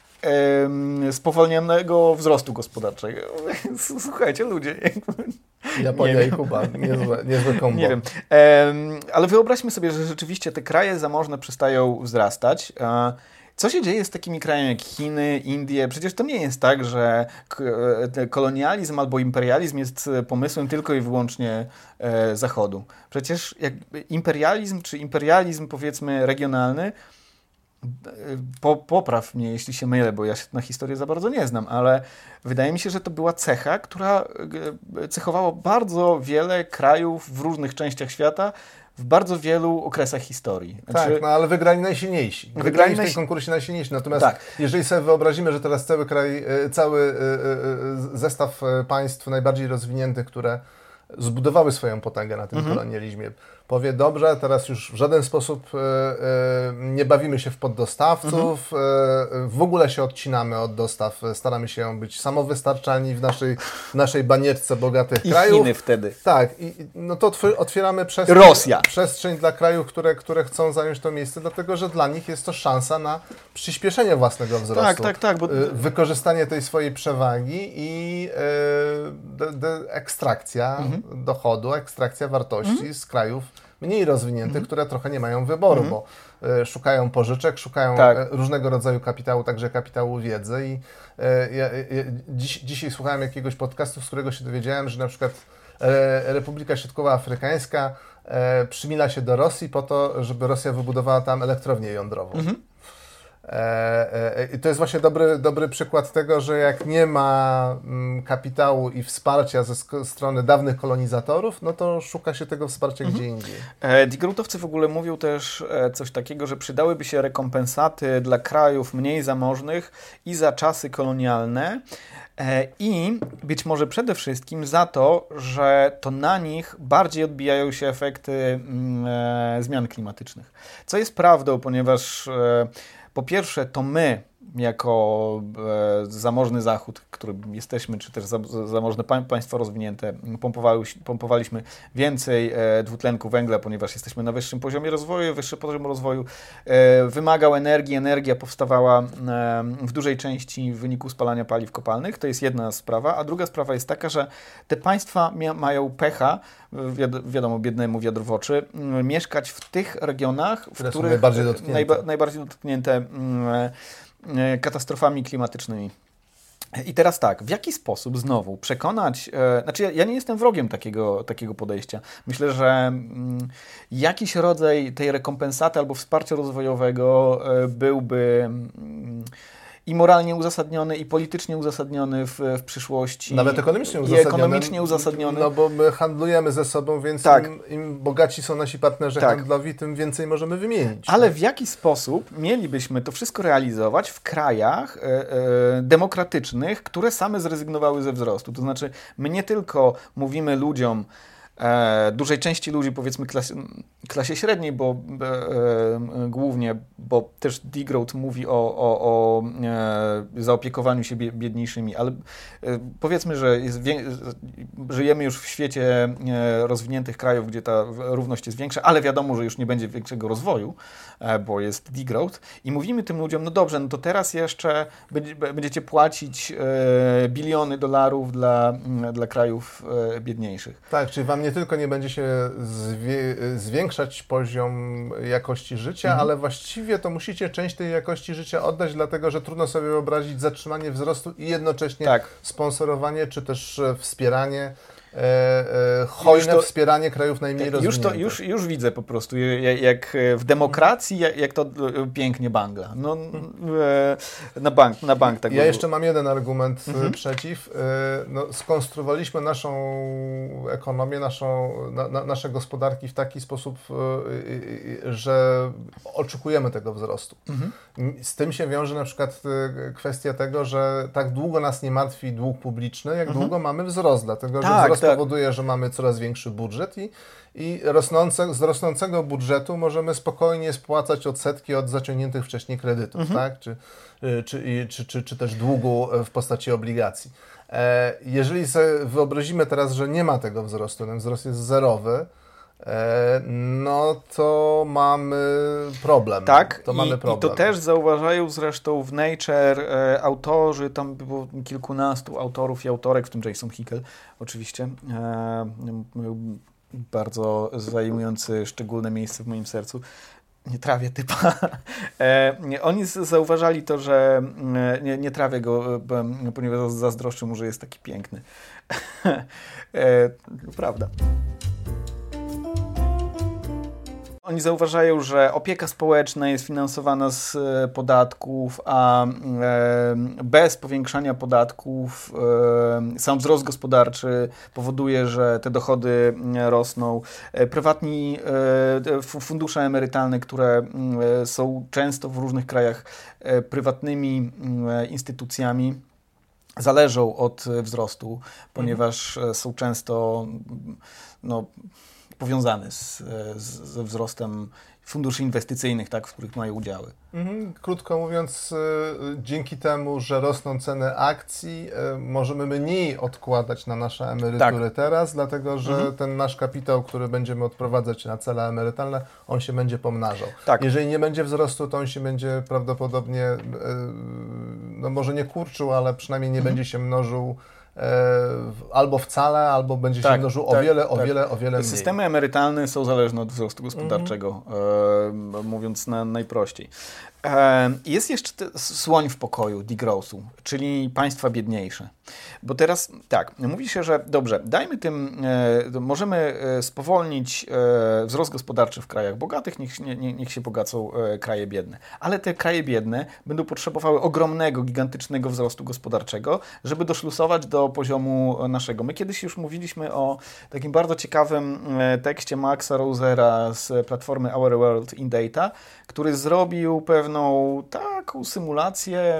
spowolnionego wzrostu gospodarczego. Słuchajcie, ludzie. Japonia i Kuba, niezłe, niezłe kombo. Nie wiem. Um, ale wyobraźmy sobie, że rzeczywiście te kraje zamożne przestają wzrastać. Co się dzieje z takimi krajami jak Chiny, Indie? Przecież to nie jest tak, że kolonializm albo imperializm jest pomysłem tylko i wyłącznie e, Zachodu. Przecież jakby imperializm, czy imperializm powiedzmy regionalny, po, popraw mnie, jeśli się mylę, bo ja się na historię za bardzo nie znam, ale wydaje mi się, że to była cecha, która cechowała bardzo wiele krajów w różnych częściach świata, w bardzo wielu okresach historii. Znaczy, tak, no ale wygrali najsilniejsi. Wygrali, wygrali w tym konkursie najsilniejsi. Natomiast tak. jeżeli sobie wyobrazimy, że teraz cały kraj, cały zestaw państw najbardziej rozwiniętych, które zbudowały swoją potęgę na tym mhm. kolonializmie, powie, dobrze, teraz już w żaden sposób e, e, nie bawimy się w poddostawców, mhm. e, w ogóle się odcinamy od dostaw, staramy się być samowystarczalni w naszej, w naszej banierce bogatych I krajów. Chiny wtedy. Tak, i, no to otwieramy przestrzeń, Rosja. przestrzeń dla krajów, które, które chcą zająć to miejsce, dlatego że dla nich jest to szansa na przyspieszenie własnego wzrostu. Tak, tak, tak. Bo... Wykorzystanie tej swojej przewagi i e, de, de ekstrakcja mhm. dochodu, ekstrakcja wartości mhm. z krajów mniej rozwiniętych, mm. które trochę nie mają wyboru, mm. bo y, szukają pożyczek, szukają tak. y, różnego rodzaju kapitału, także kapitału wiedzy. I y, ja, y, dziś, dzisiaj słuchałem jakiegoś podcastu, z którego się dowiedziałem, że na przykład y, Republika Środkowoafrykańska y, przymila się do Rosji po to, żeby Rosja wybudowała tam elektrownię jądrową. Mm. I to jest właśnie dobry, dobry przykład tego, że jak nie ma kapitału i wsparcia ze strony dawnych kolonizatorów, no to szuka się tego wsparcia mhm. gdzie indziej. Die Grootowcy w ogóle mówią też coś takiego, że przydałyby się rekompensaty dla krajów mniej zamożnych i za czasy kolonialne i być może przede wszystkim za to, że to na nich bardziej odbijają się efekty zmian klimatycznych. Co jest prawdą, ponieważ po pierwsze, to my, jako e, zamożny Zachód, którym jesteśmy, czy też za, zamożne pa, państwo rozwinięte, pompowaliśmy więcej e, dwutlenku węgla, ponieważ jesteśmy na wyższym poziomie rozwoju, wyższy poziom rozwoju e, wymagał energii, energia powstawała e, w dużej części w wyniku spalania paliw kopalnych, to jest jedna sprawa, a druga sprawa jest taka, że te państwa mia, mają pecha, wiad, wiadomo, biednemu wiatr w oczy, m, mieszkać w tych regionach, w które których są najbardziej dotknięte, najba, najbardziej dotknięte m, katastrofami klimatycznymi. I teraz tak, w jaki sposób znowu przekonać, e, znaczy ja, ja nie jestem wrogiem takiego, takiego podejścia. Myślę, że mm, jakiś rodzaj tej rekompensaty albo wsparcia rozwojowego e, byłby mm, i moralnie uzasadniony, i politycznie uzasadniony w, w przyszłości. Nawet ekonomicznie uzasadniony. I ekonomicznie uzasadniony. No bo my handlujemy ze sobą, więc tak. im, im bogaci są nasi partnerzy tak. handlowi, tym więcej możemy wymienić. Ale tak? w jaki sposób mielibyśmy to wszystko realizować w krajach e, e, demokratycznych, które same zrezygnowały ze wzrostu? To znaczy, my nie tylko mówimy ludziom, E, dużej części ludzi, powiedzmy klasie, klasie średniej, bo e, e, głównie, bo też Degrowth mówi o, o, o e, zaopiekowaniu się biedniejszymi, ale e, powiedzmy, że jest wie, żyjemy już w świecie e, rozwiniętych krajów, gdzie ta równość jest większa, ale wiadomo, że już nie będzie większego rozwoju, e, bo jest Degrowth i mówimy tym ludziom, no dobrze, no to teraz jeszcze będzie, będziecie płacić e, biliony dolarów dla, dla krajów e, biedniejszych. Tak, czyli wam nie tylko nie będzie się zwie, zwiększać poziom jakości życia, mhm. ale właściwie to musicie część tej jakości życia oddać, dlatego że trudno sobie wyobrazić zatrzymanie wzrostu i jednocześnie tak. sponsorowanie czy też wspieranie, e, e, hojne to, wspieranie krajów najmniej tak, rozwiniętych. Już, to, już, już widzę po prostu, jak w demokracji, jak, jak to pięknie bangla. No, na bank, na bank tak Ja było. jeszcze mam jeden argument mhm. przeciw. No, skonstruowaliśmy naszą ekonomię, naszą, na, na, nasze gospodarki w taki sposób, że oczekujemy tego wzrostu. Mhm. Z tym się wiąże na przykład kwestia tego, że tak długo nas nie martwi dług publiczny, jak mhm. długo mamy wzrost, dlatego że tak, wzrost tak. powoduje, że mamy coraz większy budżet i, i rosnące, z rosnącego budżetu możemy spokojnie spłacać odsetki od zaciągniętych wcześniej kredytów, mhm. tak? czy, czy, czy, czy, czy też długu w postaci obligacji. Jeżeli sobie wyobrazimy teraz, że nie ma tego wzrostu, ten wzrost jest zerowy, no to mamy problem. Tak, to i, mamy problem. i to też zauważają zresztą w Nature e, autorzy, tam było kilkunastu autorów i autorek, w tym Jason Hickel oczywiście, e, bardzo zajmujący szczególne miejsce w moim sercu. nie trawię typa. E, oni zauważali to, że nie, nie trawię go, ponieważ zazdroszczę mu, że jest taki piękny. e, prawda. Oni zauważają, że opieka społeczna jest finansowana z podatków, a bez powiększania podatków sam wzrost gospodarczy powoduje, że te dochody rosną. Prywatni fundusze emerytalne, które są często w różnych krajach prywatnymi instytucjami, zależą od wzrostu, ponieważ mhm. są często no, powiązane z, z, ze wzrostem funduszy inwestycyjnych, tak, w których mają udziały. Mhm. Krótko mówiąc, y, dzięki temu, że rosną ceny akcji, y, możemy mniej odkładać na nasze emerytury tak. teraz, dlatego że mhm. ten nasz kapitał, który będziemy odprowadzać na cele emerytalne, on się będzie pomnażał. Tak. Jeżeli nie będzie wzrostu, to on się będzie prawdopodobnie, y, no może nie kurczył, ale przynajmniej nie mhm. będzie się mnożył albo wcale, albo będzie tak, się mnożył tak, o wiele, o tak. wiele, o wiele mniej. Systemy emerytalne są zależne od wzrostu gospodarczego, mm-hmm. e, mówiąc na, najprościej. E, jest jeszcze te, słoń w pokoju degrowthu, czyli państwa biedniejsze. Bo teraz tak, mówi się, że dobrze, dajmy tym, e, możemy spowolnić e, wzrost gospodarczy w krajach bogatych, niech, nie, niech się bogacą e, kraje biedne. Ale te kraje biedne będą potrzebowały ogromnego, gigantycznego wzrostu gospodarczego, żeby doszlusować do poziomu naszego. My kiedyś już mówiliśmy o takim bardzo ciekawym tekście Maxa Rosera z platformy Our World in Data, który zrobił pewną taką symulację,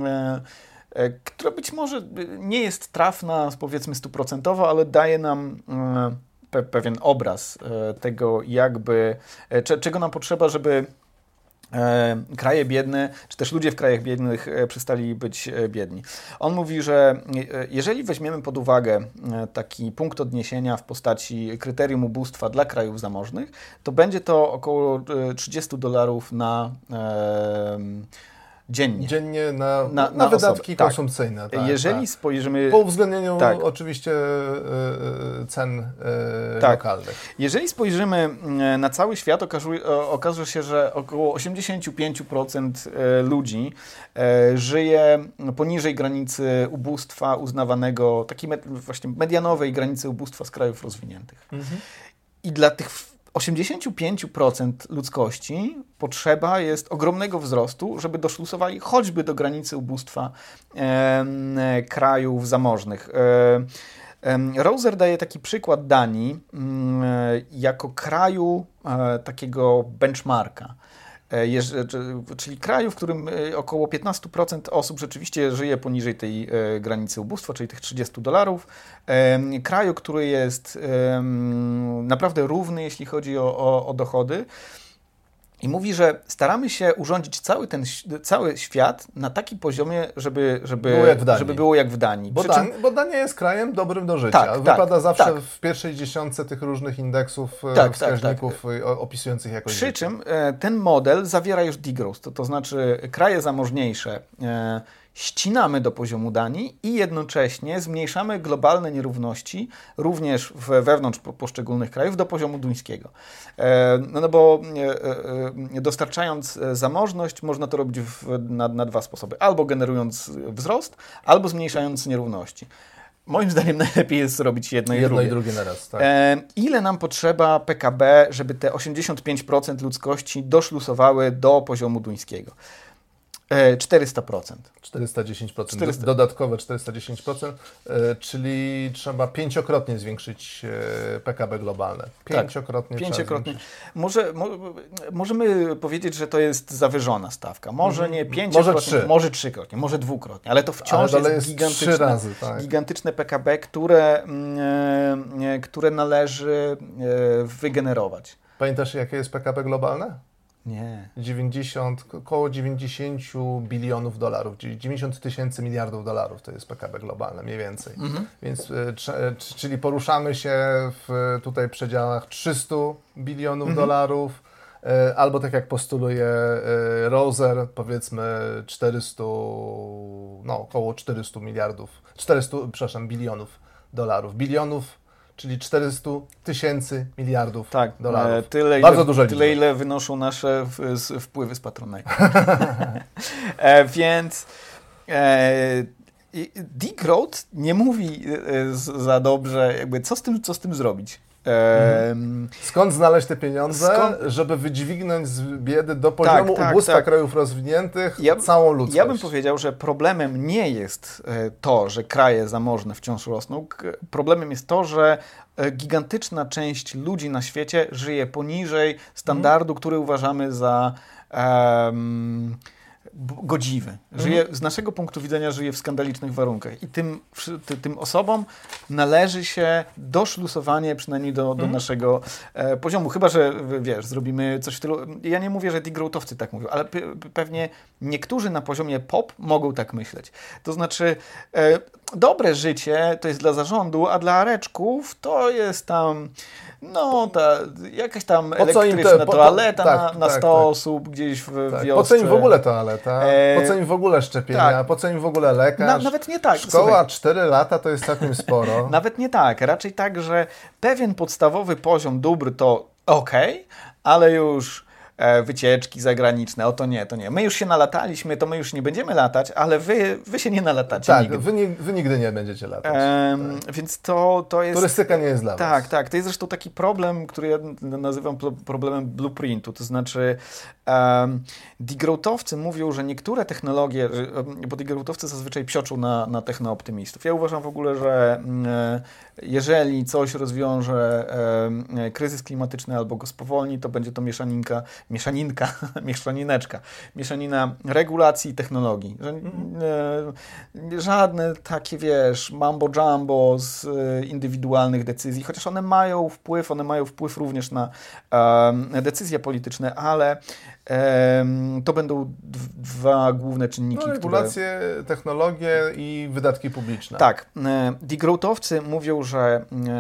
która być może nie jest trafna, powiedzmy stuprocentowo, ale daje nam pe- pewien obraz tego, jakby, czego nam potrzeba, żeby E, kraje biedne, czy też ludzie w krajach biednych e, przestali być e, biedni. On mówi, że e, jeżeli weźmiemy pod uwagę e, taki punkt odniesienia w postaci kryterium ubóstwa dla krajów zamożnych, to będzie to około e, trzydzieści dolarów na e, dziennie. Dziennie na, na, na, na wydatki tak. konsumpcyjne. Tak, jeżeli tak. spojrzymy... Po uwzględnieniu tak. oczywiście yy, cen yy, tak. lokalnych. Jeżeli spojrzymy na cały świat, okazuje, okaże się, że około osiemdziesiąt pięć procent ludzi żyje poniżej granicy ubóstwa uznawanego, takiej med, właśnie medianowej granicy ubóstwa z krajów rozwiniętych. Mhm. I dla tych osiemdziesiąt pięć procent ludzkości potrzeba jest ogromnego wzrostu, żeby doszlusowali choćby do granicy ubóstwa e, krajów zamożnych. E, e, Roser daje taki przykład Danii e, jako kraju e, takiego benchmarka. Czyli kraju, w którym około piętnaście procent osób rzeczywiście żyje poniżej tej granicy ubóstwa, czyli tych trzydzieści dolarów. Kraju, który jest naprawdę równy, jeśli chodzi o, o, o dochody. I mówi, że staramy się urządzić cały ten cały świat na takim poziomie, żeby, żeby, było, jak żeby było jak w Danii. Bo, czym... Dan, bo Dania jest krajem dobrym do życia. Tak, Wypada tak, zawsze tak. w pierwszej dziesiątce tych różnych indeksów, tak, wskaźników tak, tak. opisujących jakość Przy życia. czym ten model zawiera już degrowth, to, to znaczy kraje zamożniejsze e, ścinamy do poziomu Danii i jednocześnie zmniejszamy globalne nierówności również wewnątrz poszczególnych krajów do poziomu duńskiego. No, no bo dostarczając zamożność można to robić w, na, na dwa sposoby. Albo generując wzrost, albo zmniejszając nierówności. Moim zdaniem najlepiej jest zrobić jedno i jedno drugie. i drugie naraz, tak. E, ile nam potrzeba P K B, żeby te osiemdziesiąt pięć procent ludzkości doszlusowały do poziomu duńskiego? czterysta procent. czterysta dziesięć procent. czterysta Dodatkowe czterysta dziesięć procent, czyli trzeba pięciokrotnie zwiększyć P K B globalne. Pięciokrotnie. Tak, pięciokrotnie. Może, mo, możemy powiedzieć, że to jest zawyżona stawka. Może nie pięciokrotnie, może, trzy. może trzykrotnie, może dwukrotnie, ale to wciąż ale jest, jest gigantyczne, razy, tak. gigantyczne P K B, które, które należy wygenerować. Pamiętasz, jakie jest P K B globalne? Nie. dziewięćdziesiąt, około dziewięćdziesiąt bilionów dolarów, dziewięćdziesiąt tysięcy miliardów dolarów to jest P K B globalne, mniej więcej. Mhm. Więc, czyli poruszamy się w tutaj przedziałach trzysta bilionów mhm. dolarów, albo tak jak postuluje Roser, powiedzmy czterysta, no około czterysta miliardów, czterysta, przepraszam, bilionów dolarów. Bilionów czyli czterysta tysięcy miliardów tak, dolarów. Tyle, Bardzo ile, dużo tyle, ile wynoszą nasze w, z, wpływy z Patronite. e, więc e, degrowth nie mówi e, za dobrze, jakby co z tym, co z tym zrobić. Mhm. Skąd znaleźć te pieniądze, Skąd? żeby wydźwignąć z biedy do poziomu tak, tak, ubóstwa tak. krajów rozwiniętych ja, całą ludzkość? Ja bym powiedział, że problemem nie jest to, że kraje zamożne wciąż rosną. Problemem jest to, że gigantyczna część ludzi na świecie żyje poniżej standardu, mhm. który uważamy za um, godziwy. Żyje, mhm. z naszego punktu widzenia żyje w skandalicznych warunkach i tym, ty, tym osobom należy się doszlusowanie przynajmniej do, do mhm. naszego e, poziomu. Chyba że, wiesz, zrobimy coś w stylu... Ja nie mówię, że degrowthowcy tak mówią, ale pe, pewnie niektórzy na poziomie pop mogą tak myśleć. To znaczy e, dobre życie to jest dla zarządu, a dla areczków to jest tam... No, ta, jakaś tam elektryczna te, po, toaleta po, tak, na, na tak, sto tak. osób gdzieś w tak. wiosce. Po co im w ogóle toaleta? E... Po co im w ogóle szczepienia? Tak. Po co im w ogóle lekarz? Na, nawet nie tak. Szkoła Słuchaj. cztery lata to jest całkiem sporo. Nawet nie tak. Raczej tak, że pewien podstawowy poziom dóbr to okej, okay, ale już e, wycieczki zagraniczne, o to nie, to nie. My już się nalataliśmy, to my już nie będziemy latać, ale wy, wy się nie nalatacie tak, nigdy. Wy, nie, wy nigdy nie będziecie latać. Ehm, tak. Więc to, to jest... Turystyka nie jest dla tak, was. Tak, to jest zresztą taki problem, który ja nazywam problemem blueprintu, to znaczy um, degrowthowcy mówią, że niektóre technologie, bo degrowthowcy zazwyczaj psioczą na, na technooptymistów. Ja uważam w ogóle, że um, jeżeli coś rozwiąże um, kryzys klimatyczny albo go spowolni, to będzie to mieszaninka, mieszaninka, mieszanineczka, mieszanina regulacji i technologii. Że, e, żadne takie, wiesz, mambo jumbo z e, indywidualnych decyzji, chociaż one mają wpływ, one mają wpływ również na e, decyzje polityczne, ale e, to będą dwa główne czynniki. No, regulacje, które... technologie i wydatki publiczne. Tak. E, degrowthowcy mówią, że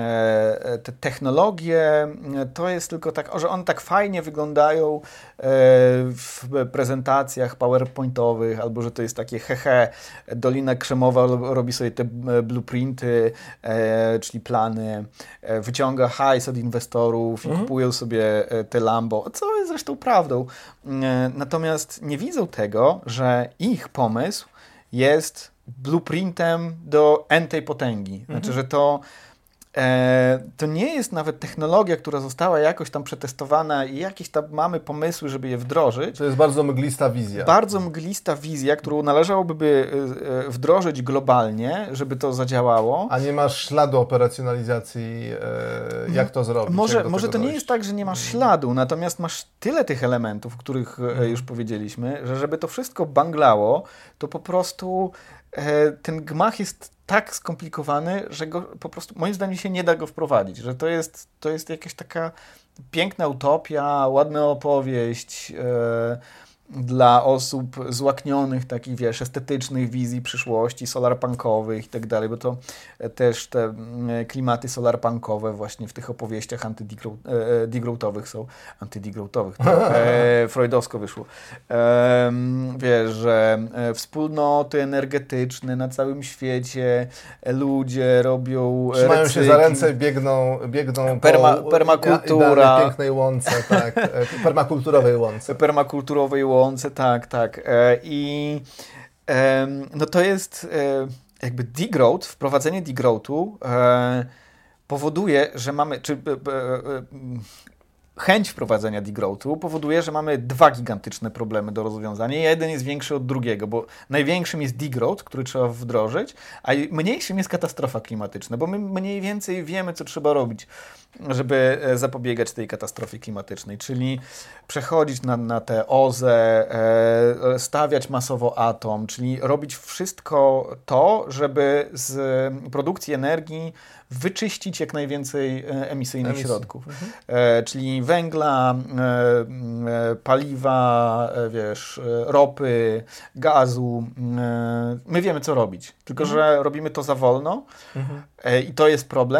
e, te technologie to jest tylko tak, że one tak fajnie wyglądają e, w prezentacjach powerpointowych, albo że to jest takie hehe, Dolina Krzemowa robi sobie te blueprinty, e, czyli plany, e, wyciąga hajs od inwestorów i mhm. kupują sobie te Lambo, co jest zresztą prawdą. E, natomiast nie widzą tego, że ich pomysł jest blueprintem do n-tej potęgi. Znaczy, mhm. że to E, to nie jest nawet technologia, która została jakoś tam przetestowana i jakieś tam mamy pomysły, żeby je wdrożyć. To jest bardzo mglista wizja. Bardzo mglista wizja, którą należałoby wdrożyć globalnie, żeby to zadziałało. A nie masz śladu operacjonalizacji, e, jak to zrobić? Może, może to dojść? Nie jest tak, że nie masz śladu, natomiast masz tyle tych elementów, o których hmm. już powiedzieliśmy, że żeby to wszystko banglało, to po prostu e, ten gmach jest tak skomplikowany, że go po prostu, moim zdaniem, się nie da go wprowadzić, że to jest, to jest jakaś taka piękna utopia, ładna opowieść e, dla osób złaknionych, takich, wiesz, estetycznych wizji przyszłości, solarpunkowych i tak dalej, bo to też te klimaty solarpunkowe właśnie w tych opowieściach antydegrowthowych są, antydegrowthowych, to e, freudowsko wyszło. E, wiesz, że wspólnoty energetyczne na całym świecie, ludzie robią trzymają recykli. się za ręce, biegną, biegną Perma, po permakultura. pięknej łące, tak, permakulturowej łące. Permakulturowej łące. Łące, tak, tak. E, I e, no to jest e, jakby degrowth, wprowadzenie degrowthu e, powoduje, że mamy, czy e, e, chęć wprowadzenia degrowthu powoduje, że mamy dwa gigantyczne problemy do rozwiązania. Jeden jest większy od drugiego, bo największym jest degrowth, który trzeba wdrożyć, a mniejszym jest katastrofa klimatyczna, bo my mniej więcej wiemy, co trzeba robić, żeby zapobiegać tej katastrofie klimatycznej, czyli przechodzić na, na te O Z E, e, stawiać masowo atom, czyli robić wszystko to, żeby z produkcji energii wyczyścić jak najwięcej emisyjnych Emisji. środków. Mhm. E, czyli węgla, e, e, paliwa, e, wiesz, ropy, gazu. E, my wiemy, co robić, tylko mhm. że robimy to za wolno mhm. e, i to jest problem.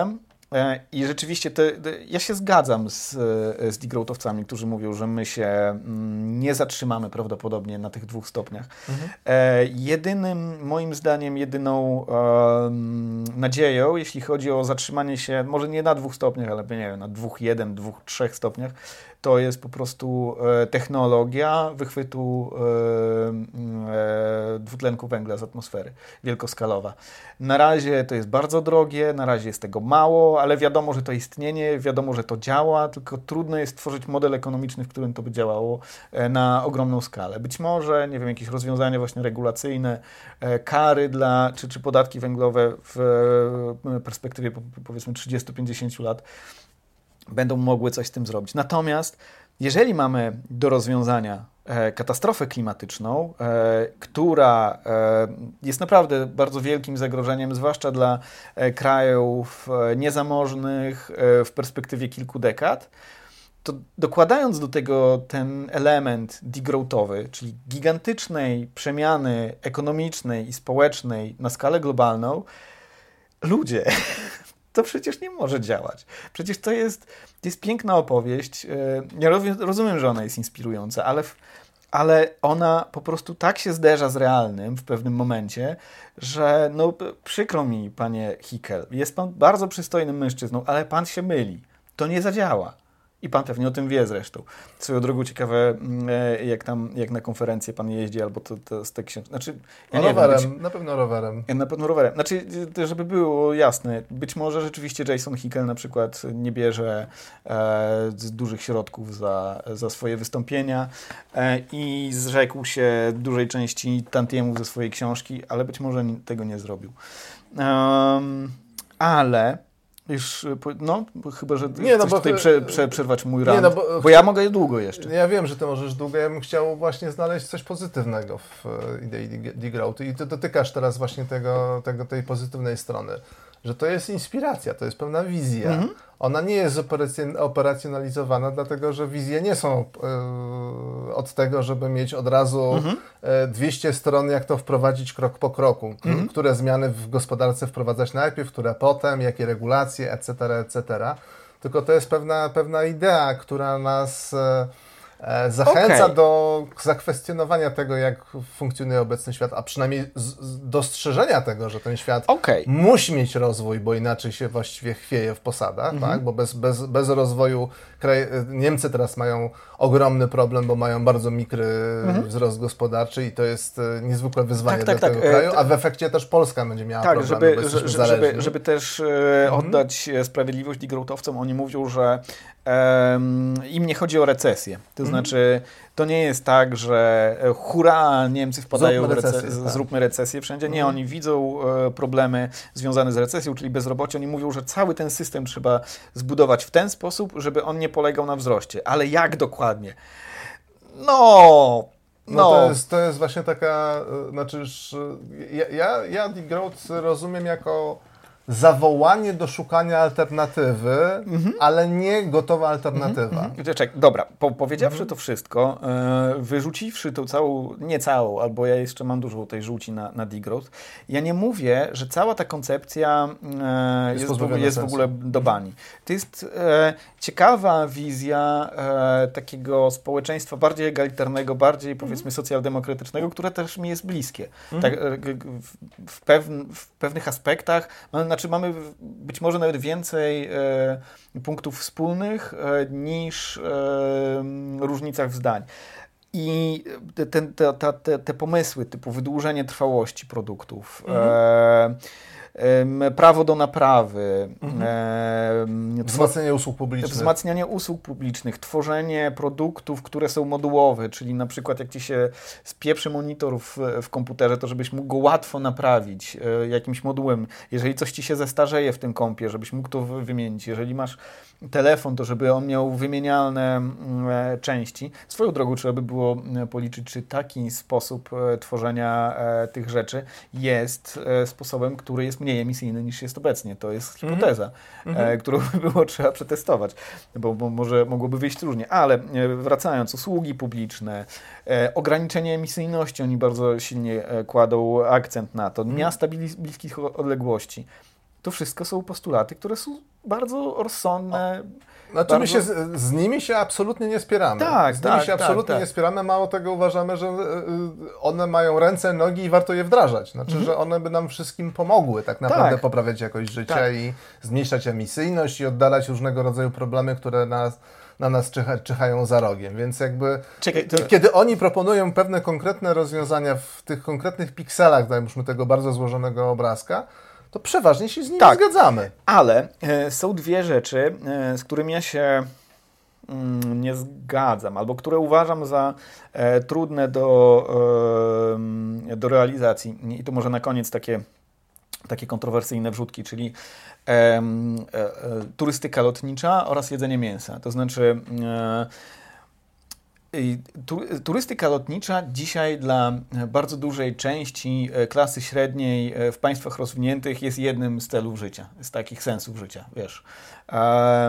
I rzeczywiście te, te, ja się zgadzam z, z degrowthowcami, którzy mówią, że my się mm, nie zatrzymamy prawdopodobnie na tych dwóch stopniach. Mhm. E, jedynym, moim zdaniem, jedyną e, nadzieją, jeśli chodzi o zatrzymanie się, może nie na dwóch stopniach, ale nie wiem, na dwóch, jeden, dwóch, trzech stopniach, to jest po prostu e, technologia wychwytu e, e, dwutlenku węgla z atmosfery, wielkoskalowa. Na razie to jest bardzo drogie, na razie jest tego mało, ale wiadomo, że to istnieje, wiadomo, że to działa, tylko trudno jest stworzyć model ekonomiczny, w którym to by działało e, na ogromną skalę. Być może, nie wiem, jakieś rozwiązania właśnie regulacyjne, e, kary dla, czy, czy podatki węglowe w e, perspektywie powiedzmy trzydziestu do pięćdziesięciu lat będą mogły coś z tym zrobić. Natomiast jeżeli mamy do rozwiązania e, katastrofę klimatyczną, e, która e, jest naprawdę bardzo wielkim zagrożeniem, zwłaszcza dla e, krajów e, niezamożnych e, w perspektywie kilku dekad, to dokładając do tego ten element degrowthowy, czyli gigantycznej przemiany ekonomicznej i społecznej na skalę globalną, ludzie... to przecież nie może działać. Przecież to jest, to jest piękna opowieść. Ja rozumiem, że ona jest inspirująca, ale, ale ona po prostu tak się zderza z realnym w pewnym momencie, że no, przykro mi, panie Hickel, jest pan bardzo przystojnym mężczyzną, ale pan się myli. To nie zadziała. I pan pewnie o tym wie zresztą. Swoją drogą ciekawe, jak tam, jak na konferencję pan jeździ, albo to, to z tej książki. Znaczy, ja nie rowerem, wiem, być, na pewno rowerem. Na pewno rowerem. Znaczy, żeby było jasne, być może rzeczywiście Jason Hickel na przykład nie bierze e, z dużych środków za, za swoje wystąpienia e, i zrzekł się dużej części tantiemów ze swojej książki, ale być może tego nie zrobił. Um, ale... Już, no, chyba, że nie, no chcesz bo, tutaj prze, prze, przerwać mój rant, no bo, bo ja mogę długo jeszcze. Ja wiem, że ty możesz długo, ja bym chciał właśnie znaleźć coś pozytywnego w idei degrowthu i ty dotykasz teraz właśnie tego, tego, tej pozytywnej strony, że to jest inspiracja, to jest pewna wizja. Mhm. Ona nie jest operacjonalizowana, dlatego że wizje nie są yy, od tego, żeby mieć od razu mhm. yy, dwieście stron, jak to wprowadzić krok po kroku. Mhm. Które zmiany w gospodarce wprowadzać najpierw, które potem, jakie regulacje, et cetera, et cetera. Tylko to jest pewna, pewna idea, która nas... Yy, zachęca okay. do zakwestionowania tego, jak funkcjonuje obecny świat, a przynajmniej z, z dostrzeżenia tego, że ten świat okay. musi mieć rozwój, bo inaczej się właściwie chwieje w posadach, mm-hmm. tak? Bo bez, bez, bez rozwoju kraj, Niemcy teraz mają ogromny problem, bo mają bardzo mikry mm-hmm. wzrost gospodarczy i to jest niezwykłe wyzwanie tak, dla tak, tego tak. kraju, a w efekcie też Polska będzie miała tak, problem, żeby, bo jesteśmy żeby, żeby, żeby też e, oddać mm-hmm. sprawiedliwość degrowthowcom, oni mówią, że Um, im nie chodzi o recesję. To mm. znaczy, to nie jest tak, że hurra, Niemcy wpadają zróbmy w recesję, recesję tak. zróbmy recesję wszędzie. Nie, mm. oni widzą e, problemy związane z recesją, czyli bezrobocie. Oni mówią, że cały ten system trzeba zbudować w ten sposób, żeby on nie polegał na wzroście. Ale jak dokładnie? No... No, no to, jest, to jest właśnie taka, znaczy już, ja, ja, ja degrowth rozumiem jako zawołanie do szukania alternatywy, mm-hmm. ale nie gotowa alternatywa. Mm-hmm. Czekaj, dobra, po, powiedziawszy mm-hmm. to wszystko, yy, wyrzuciwszy tą całą, nie całą, albo ja jeszcze mam dużo tej żółci na, na degrowth, ja nie mówię, że cała ta koncepcja yy, jest, jest, w, jest w ogóle do bani. To jest yy, ciekawa wizja yy, takiego społeczeństwa bardziej egalitarnego, bardziej powiedzmy mm-hmm. socjaldemokratycznego, które też mi jest bliskie. Mm-hmm. Tak, yy, w, w, pewn, w pewnych aspektach mamy Znaczy mamy być może nawet więcej e, punktów wspólnych e, niż e, różnicach w zdań. I te, te, te, te, te pomysły typu wydłużenie trwałości produktów, mhm. e, prawo do naprawy, mhm. e, wzmacnianie usług publicznych. Wzmacnianie usług publicznych, tworzenie produktów, które są modułowe, czyli na przykład jak ci się spieprzy monitor w, w komputerze, to żebyś mógł go łatwo naprawić e, jakimś modułem. Jeżeli coś ci się zestarzeje w tym kompie, żebyś mógł to wymienić. Jeżeli masz telefon, to żeby on miał wymienialne e, części. Swoją drogą trzeba by było policzyć, czy taki sposób e, tworzenia e, tych rzeczy jest e, sposobem, który jest mniej emisyjny niż jest obecnie. To jest hipoteza, mm-hmm. e, którą by było trzeba przetestować, bo, bo może mogłoby wyjść różnie. Ale e, wracając, usługi publiczne, e, ograniczenie emisyjności, oni bardzo silnie e, kładą akcent na to. Miasta blis- bliskich odległości. to wszystko są postulaty, które są bardzo rozsądne. Znaczy bardzo... my się z, z nimi się absolutnie nie spieramy. Tak, z nimi tak, się absolutnie tak, nie tak. spieramy, mało tego uważamy, że one mają ręce, nogi i warto je wdrażać. Znaczy, mhm. że one by nam wszystkim pomogły tak naprawdę tak. poprawiać jakość życia tak. i zmniejszać emisyjność i oddalać różnego rodzaju problemy, które nas na nas czyha, czyhają za rogiem, więc jakby Czekaj, to... kiedy oni proponują pewne konkretne rozwiązania w tych konkretnych pikselach, dajmy tego bardzo złożonego obrazka, to przeważnie się z nimi tak, zgadzamy. Ale e, są dwie rzeczy, e, z którymi ja się mm, nie zgadzam, albo które uważam za e, trudne do, e, do realizacji. I to może na koniec takie takie kontrowersyjne wrzutki, czyli e, e, e, turystyka lotnicza oraz jedzenie mięsa. To znaczy e, tu, turystyka lotnicza dzisiaj dla bardzo dużej części klasy średniej w państwach rozwiniętych jest jednym z celów życia, z takich sensów życia, wiesz. E,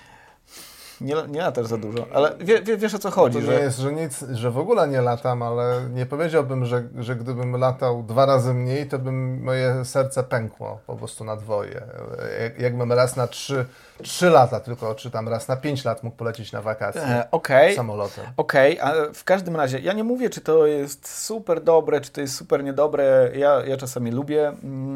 Nie, nie latasz za dużo, ale wie, wie, wiesz o co chodzi. To nie że... jest, że nic, że w ogóle nie latam, ale nie powiedziałbym, że, że gdybym latał dwa razy mniej, to bym moje serce pękło po prostu na dwoje. Jak, jakbym raz na trzy, trzy lata tylko, czy tam raz na pięć lat mógł polecieć na wakacje e, okay. samolotem. Okej, okay, ale w każdym razie, ja nie mówię, czy to jest super dobre, czy to jest super niedobre. Ja, ja czasami lubię,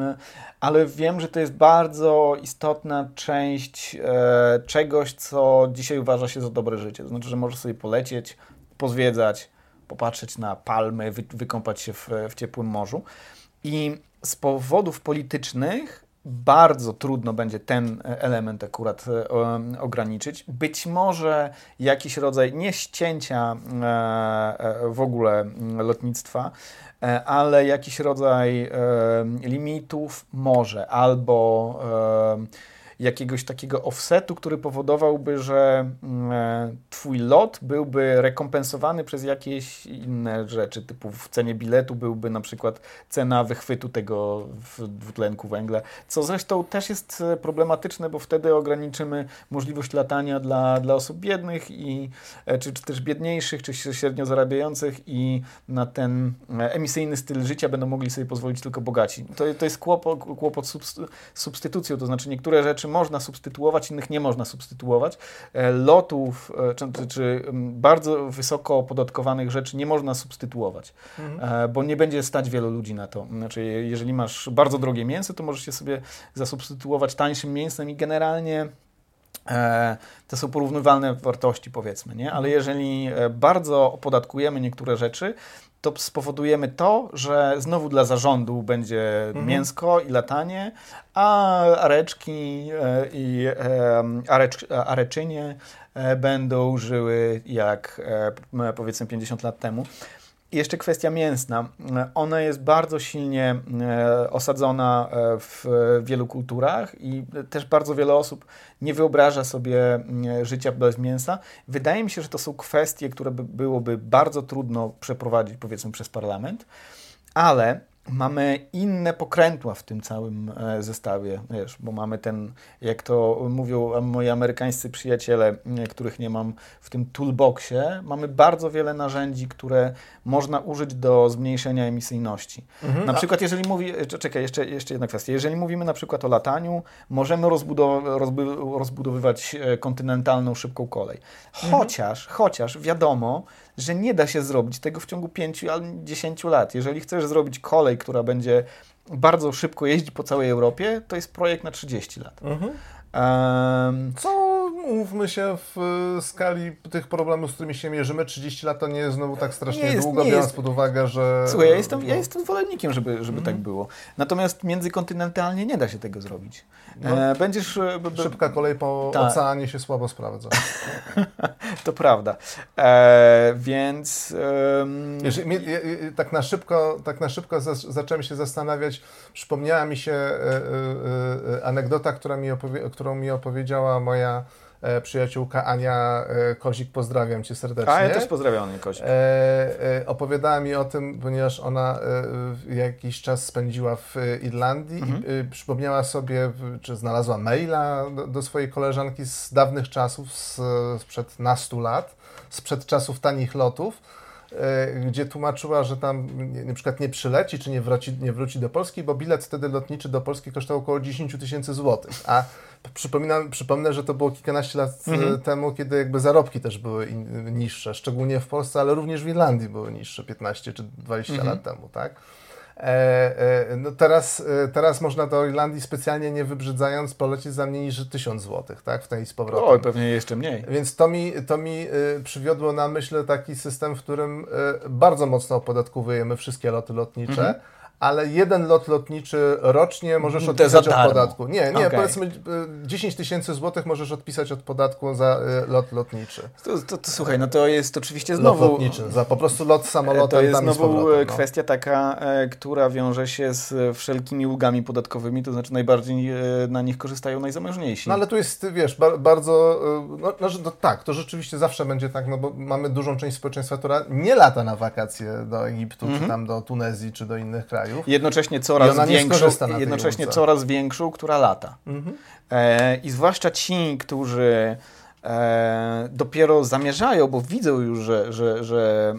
ale wiem, że to jest bardzo istotna część e, czegoś, co dzisiaj uważa się za dobre życie. To znaczy, że możesz sobie polecieć, pozwiedzać, popatrzeć na palmy, wy, wykąpać się w, w ciepłym morzu. I z powodów politycznych bardzo trudno będzie ten element akurat o, ograniczyć. Być może jakiś rodzaj nie ścięcia e, w ogóle lotnictwa, e, ale jakiś rodzaj e, limitów może, albo e, jakiegoś takiego offsetu, który powodowałby, że e, twój lot byłby rekompensowany przez jakieś inne rzeczy, typu w cenie biletu byłby na przykład cena wychwytu tego dwutlenku węgla, co zresztą też jest problematyczne, bo wtedy ograniczymy możliwość latania dla, dla osób biednych, i, e, czy, czy też biedniejszych, czy średnio zarabiających, i na ten emisyjny styl życia będą mogli sobie pozwolić tylko bogaci. To, to jest kłopot, kłopot z substytucją, to znaczy niektóre rzeczy można substytuować, innych nie można substytuować. Lotów czy, czy bardzo wysoko opodatkowanych rzeczy nie można substytuować, mhm. bo nie będzie stać wielu ludzi na to. Znaczy, jeżeli masz bardzo drogie mięso, to możesz się sobie zasubstytuować tańszym mięsem i generalnie e, to są porównywalne wartości, powiedzmy, nie? Ale jeżeli bardzo opodatkujemy niektóre rzeczy, to spowodujemy to, że znowu dla zarządu będzie mhm. mięsko i latanie, a areczki i arecz, areczynie będą żyły jak powiedzmy pięćdziesiąt lat temu. I jeszcze kwestia mięsna. Ona jest bardzo silnie osadzona w wielu kulturach i też bardzo wiele osób nie wyobraża sobie życia bez mięsa. Wydaje mi się, że to są kwestie, które by byłoby bardzo trudno przeprowadzić, powiedzmy, przez parlament, ale mamy inne pokrętła w tym całym zestawie, wiesz, bo mamy ten, jak to mówią moi amerykańscy przyjaciele, których nie mam w tym toolboxie, mamy bardzo wiele narzędzi, które można użyć do zmniejszenia emisyjności. Mhm, na przykład, jeżeli mówi, czekaj, jeszcze, jeszcze jedna kwestia, jeżeli mówimy na przykład o lataniu, możemy rozbudow- rozbu- rozbudowywać kontynentalną szybką kolej. Chociaż, mhm. chociaż wiadomo, że nie da się zrobić tego w ciągu pięciu albo dziesięciu lat. Jeżeli chcesz zrobić kolej, która będzie bardzo szybko jeździć po całej Europie, to jest projekt na trzydzieści lat. Mhm. Um, Co, mówmy się, w skali tych problemów, z którymi się mierzymy, trzydzieści lat to nie jest znowu tak strasznie jest, długo, biorąc jest. pod uwagę, że... Słuchaj, ja jestem, ja jestem zwolennikiem, żeby, żeby mhm. tak było. Natomiast międzykontynentalnie nie da się tego zrobić. No, e, będziesz... Szybka kolej po ta. oceanie się słabo sprawdza. To prawda. E, więc... Um... Wiesz, mi, tak, na szybko, tak na szybko za, zacząłem się zastanawiać, przypomniała mi się e, e, anegdota, która mi opowie, którą mi opowiedziała moja e, przyjaciółka Ania e, Kozik. Pozdrawiam Cię serdecznie. A ja też pozdrawiam Anię Kozik. E, e, opowiadała mi o tym, ponieważ ona e, jakiś czas spędziła w Irlandii mhm. i e, przypomniała sobie, czy znalazła maila do, do swojej koleżanki z dawnych czasów, z, sprzed nastu lat, sprzed czasów tanich lotów, gdzie tłumaczyła, że tam na przykład nie przyleci, czy nie wróci, nie wróci do Polski, bo bilet wtedy lotniczy do Polski kosztował około dziesięć tysięcy złotych. A przypominam, przypomnę, że to było kilkanaście lat mhm. temu, kiedy jakby zarobki też były in, niższe, szczególnie w Polsce, ale również w Irlandii były niższe piętnaście czy dwadzieścia mhm. lat temu, tak? E, e, no teraz, e, teraz można do Irlandii specjalnie nie wybrzydzając polecieć za mniej niż tysiąc złotych, tak? W tej z powrotem. Oj, pewnie jeszcze mniej. Więc to mi, to mi y, przywiodło na myśl taki system, w którym y, bardzo mocno opodatkowujemy wszystkie loty lotnicze, mhm. ale jeden lot lotniczy rocznie możesz odpisać od podatku. Nie, nie, okay. Powiedzmy dziesięć tysięcy złotych możesz odpisać od podatku za y, lot lotniczy. To, to, to słuchaj, no to jest oczywiście znowu... Lot lotniczy, za po prostu lot samolotem. To jest tam znowu no. kwestia taka, e, która wiąże się z wszelkimi ulgami podatkowymi, to znaczy najbardziej e, na nich korzystają najzamożniejsi. No ale tu jest, wiesz, ba- bardzo... No, no, no, tak, to rzeczywiście zawsze będzie tak, no bo mamy dużą część społeczeństwa, która nie lata na wakacje do Egiptu, mm-hmm. czy tam do Tunezji, czy do innych krajów. Jednocześnie coraz większą, jednocześnie coraz większą, która lata. Mhm. E, I zwłaszcza ci, którzy e, dopiero zamierzają, bo widzą już, że, że, że,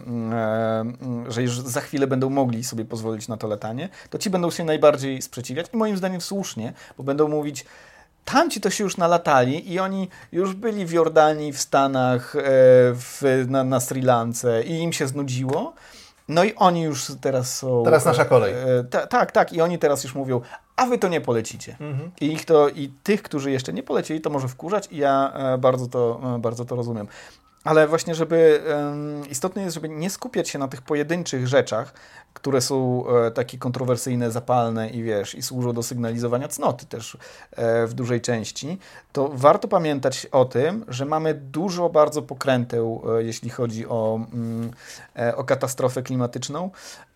e, że już za chwilę będą mogli sobie pozwolić na to latanie, to ci będą się najbardziej sprzeciwiać i moim zdaniem słusznie, bo będą mówić, tamci to się już nalatali i oni już byli w Jordanii, w Stanach, e, w, na, na Sri Lance i im się znudziło. No i oni już teraz są... Teraz nasza kolej. E, ta, tak, tak. I oni teraz już mówią, a wy to nie polecicie. Mhm. I, ich to, I tych, którzy jeszcze nie polecili, to może wkurzać i ja e, bardzo, to, e, bardzo to rozumiem. Ale właśnie, żeby... E, istotne jest, żeby nie skupiać się na tych pojedynczych rzeczach, które są e, takie kontrowersyjne, zapalne i wiesz, i służą do sygnalizowania cnoty też e, w dużej części, to warto pamiętać o tym, że mamy dużo bardzo pokręteł, e, jeśli chodzi o, mm, e, o katastrofę klimatyczną,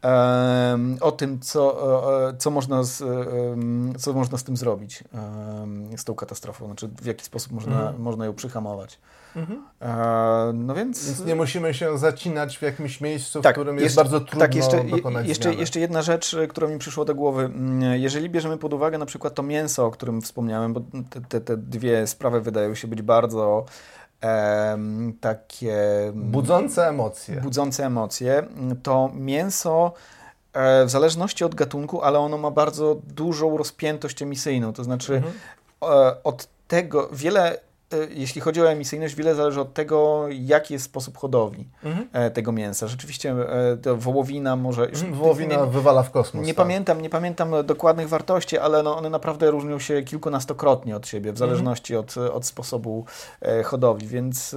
e, o tym, co, e, co, można z, e, co można z tym zrobić, e, z tą katastrofą, znaczy w jaki sposób można, mhm. można ją przyhamować. Mhm. E, no więc... więc nie musimy się zacinać w jakimś miejscu, w tak, którym jest jeszcze, bardzo trudno tak, jeszcze, dokonać jeszcze, zmiany. Jeszcze jedna rzecz, która mi przyszła do głowy. Jeżeli bierzemy pod uwagę na przykład to mięso, o którym wspomniałem, bo te, te, te dwie sprawy wydają się być bardzo e, takie... budzące emocje. Budzące emocje. To mięso e, w zależności od gatunku, ale ono ma bardzo dużą rozpiętość emisyjną. To znaczy mhm. e, od tego wiele... Jeśli chodzi o emisyjność, wiele zależy od tego, jaki jest sposób hodowli mhm. tego mięsa. Rzeczywiście to wołowina może... Mhm, wołowina nie, wywala w kosmos. Nie, tak. pamiętam, nie pamiętam dokładnych wartości, ale no one naprawdę różnią się kilkunastokrotnie od siebie, w zależności mhm. od, od sposobu hodowli, więc...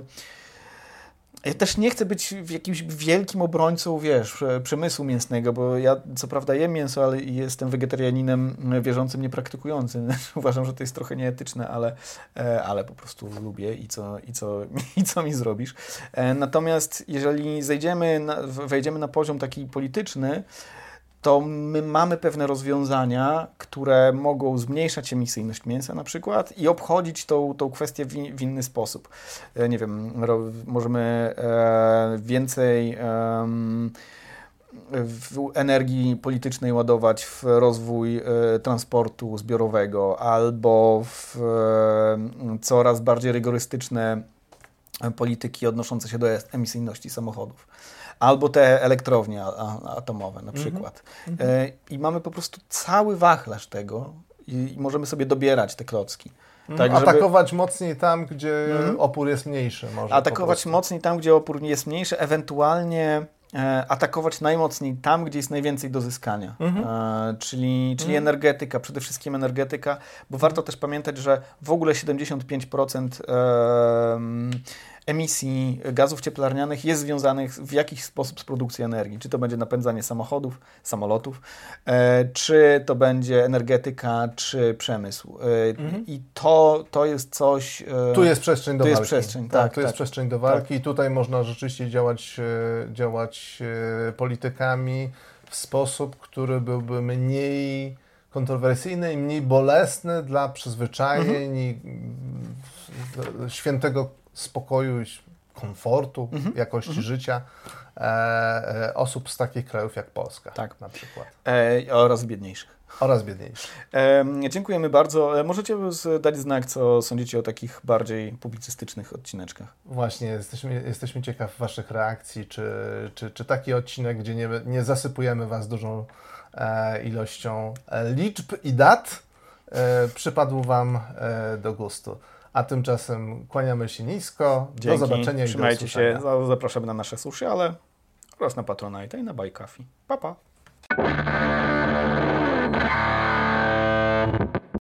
Ja też nie chcę być jakimś wielkim obrońcą, wiesz, przemysłu mięsnego, bo ja co prawda jem mięso, ale jestem wegetarianinem wierzącym, niepraktykującym. Uważam, że to jest trochę nieetyczne, ale, ale po prostu lubię i co, i co, i co mi zrobisz. Natomiast jeżeli zejdziemy, na, wejdziemy na poziom taki polityczny, to my mamy pewne rozwiązania, które mogą zmniejszać emisyjność mięsa na przykład i obchodzić tą, tą kwestię w, w inny sposób. Nie wiem, ro, możemy e, więcej e, w energii politycznej ładować w rozwój e, transportu zbiorowego albo w e, coraz bardziej rygorystyczne polityki odnoszące się do emisyjności samochodów. Albo te elektrownie atomowe na przykład. Mm-hmm. I mamy po prostu cały wachlarz tego i możemy sobie dobierać te klocki. Mm, tak, atakować żeby... mocniej tam, gdzie mm. opór jest mniejszy. Może atakować mocniej tam, gdzie opór jest mniejszy, ewentualnie e, atakować najmocniej tam, gdzie jest najwięcej do zyskania. Mm-hmm. E, czyli czyli mm. energetyka, przede wszystkim energetyka, bo warto też pamiętać, że w ogóle siedemdziesiąt pięć procent e, emisji gazów cieplarnianych jest związanych w jakiś sposób z produkcją energii. Czy to będzie napędzanie samochodów, samolotów, e, czy to będzie energetyka, czy przemysł. E, mhm. I to, to jest coś... E, tu jest przestrzeń do tu walki. Jest przestrzeń, tak, tak, tu tak, jest przestrzeń do walki tak. I tutaj można rzeczywiście działać, działać politykami w sposób, który byłby mniej kontrowersyjny i mniej bolesny dla przyzwyczajeń mhm. i świętego spokoju, komfortu, mhm. jakości mhm. życia e, e, osób z takich krajów jak Polska tak. na przykład. E, oraz biedniejszych. Oraz biedniejszy. E, dziękujemy bardzo. E, możecie dać znak, co sądzicie o takich bardziej publicystycznych odcineczkach. Właśnie, jesteśmy, jesteśmy ciekaw Waszych reakcji, czy, czy, czy taki odcinek, gdzie nie, nie zasypujemy Was dużą e, ilością e, liczb i dat, e, przypadł Wam e, do gustu. A tymczasem kłaniamy się nisko. Dzięki. Do zobaczenia i Trzymajcie do usłyszenia. się. Zapraszamy na nasze sociale oraz na Patronite i na Buy Coffee. Pa, pa.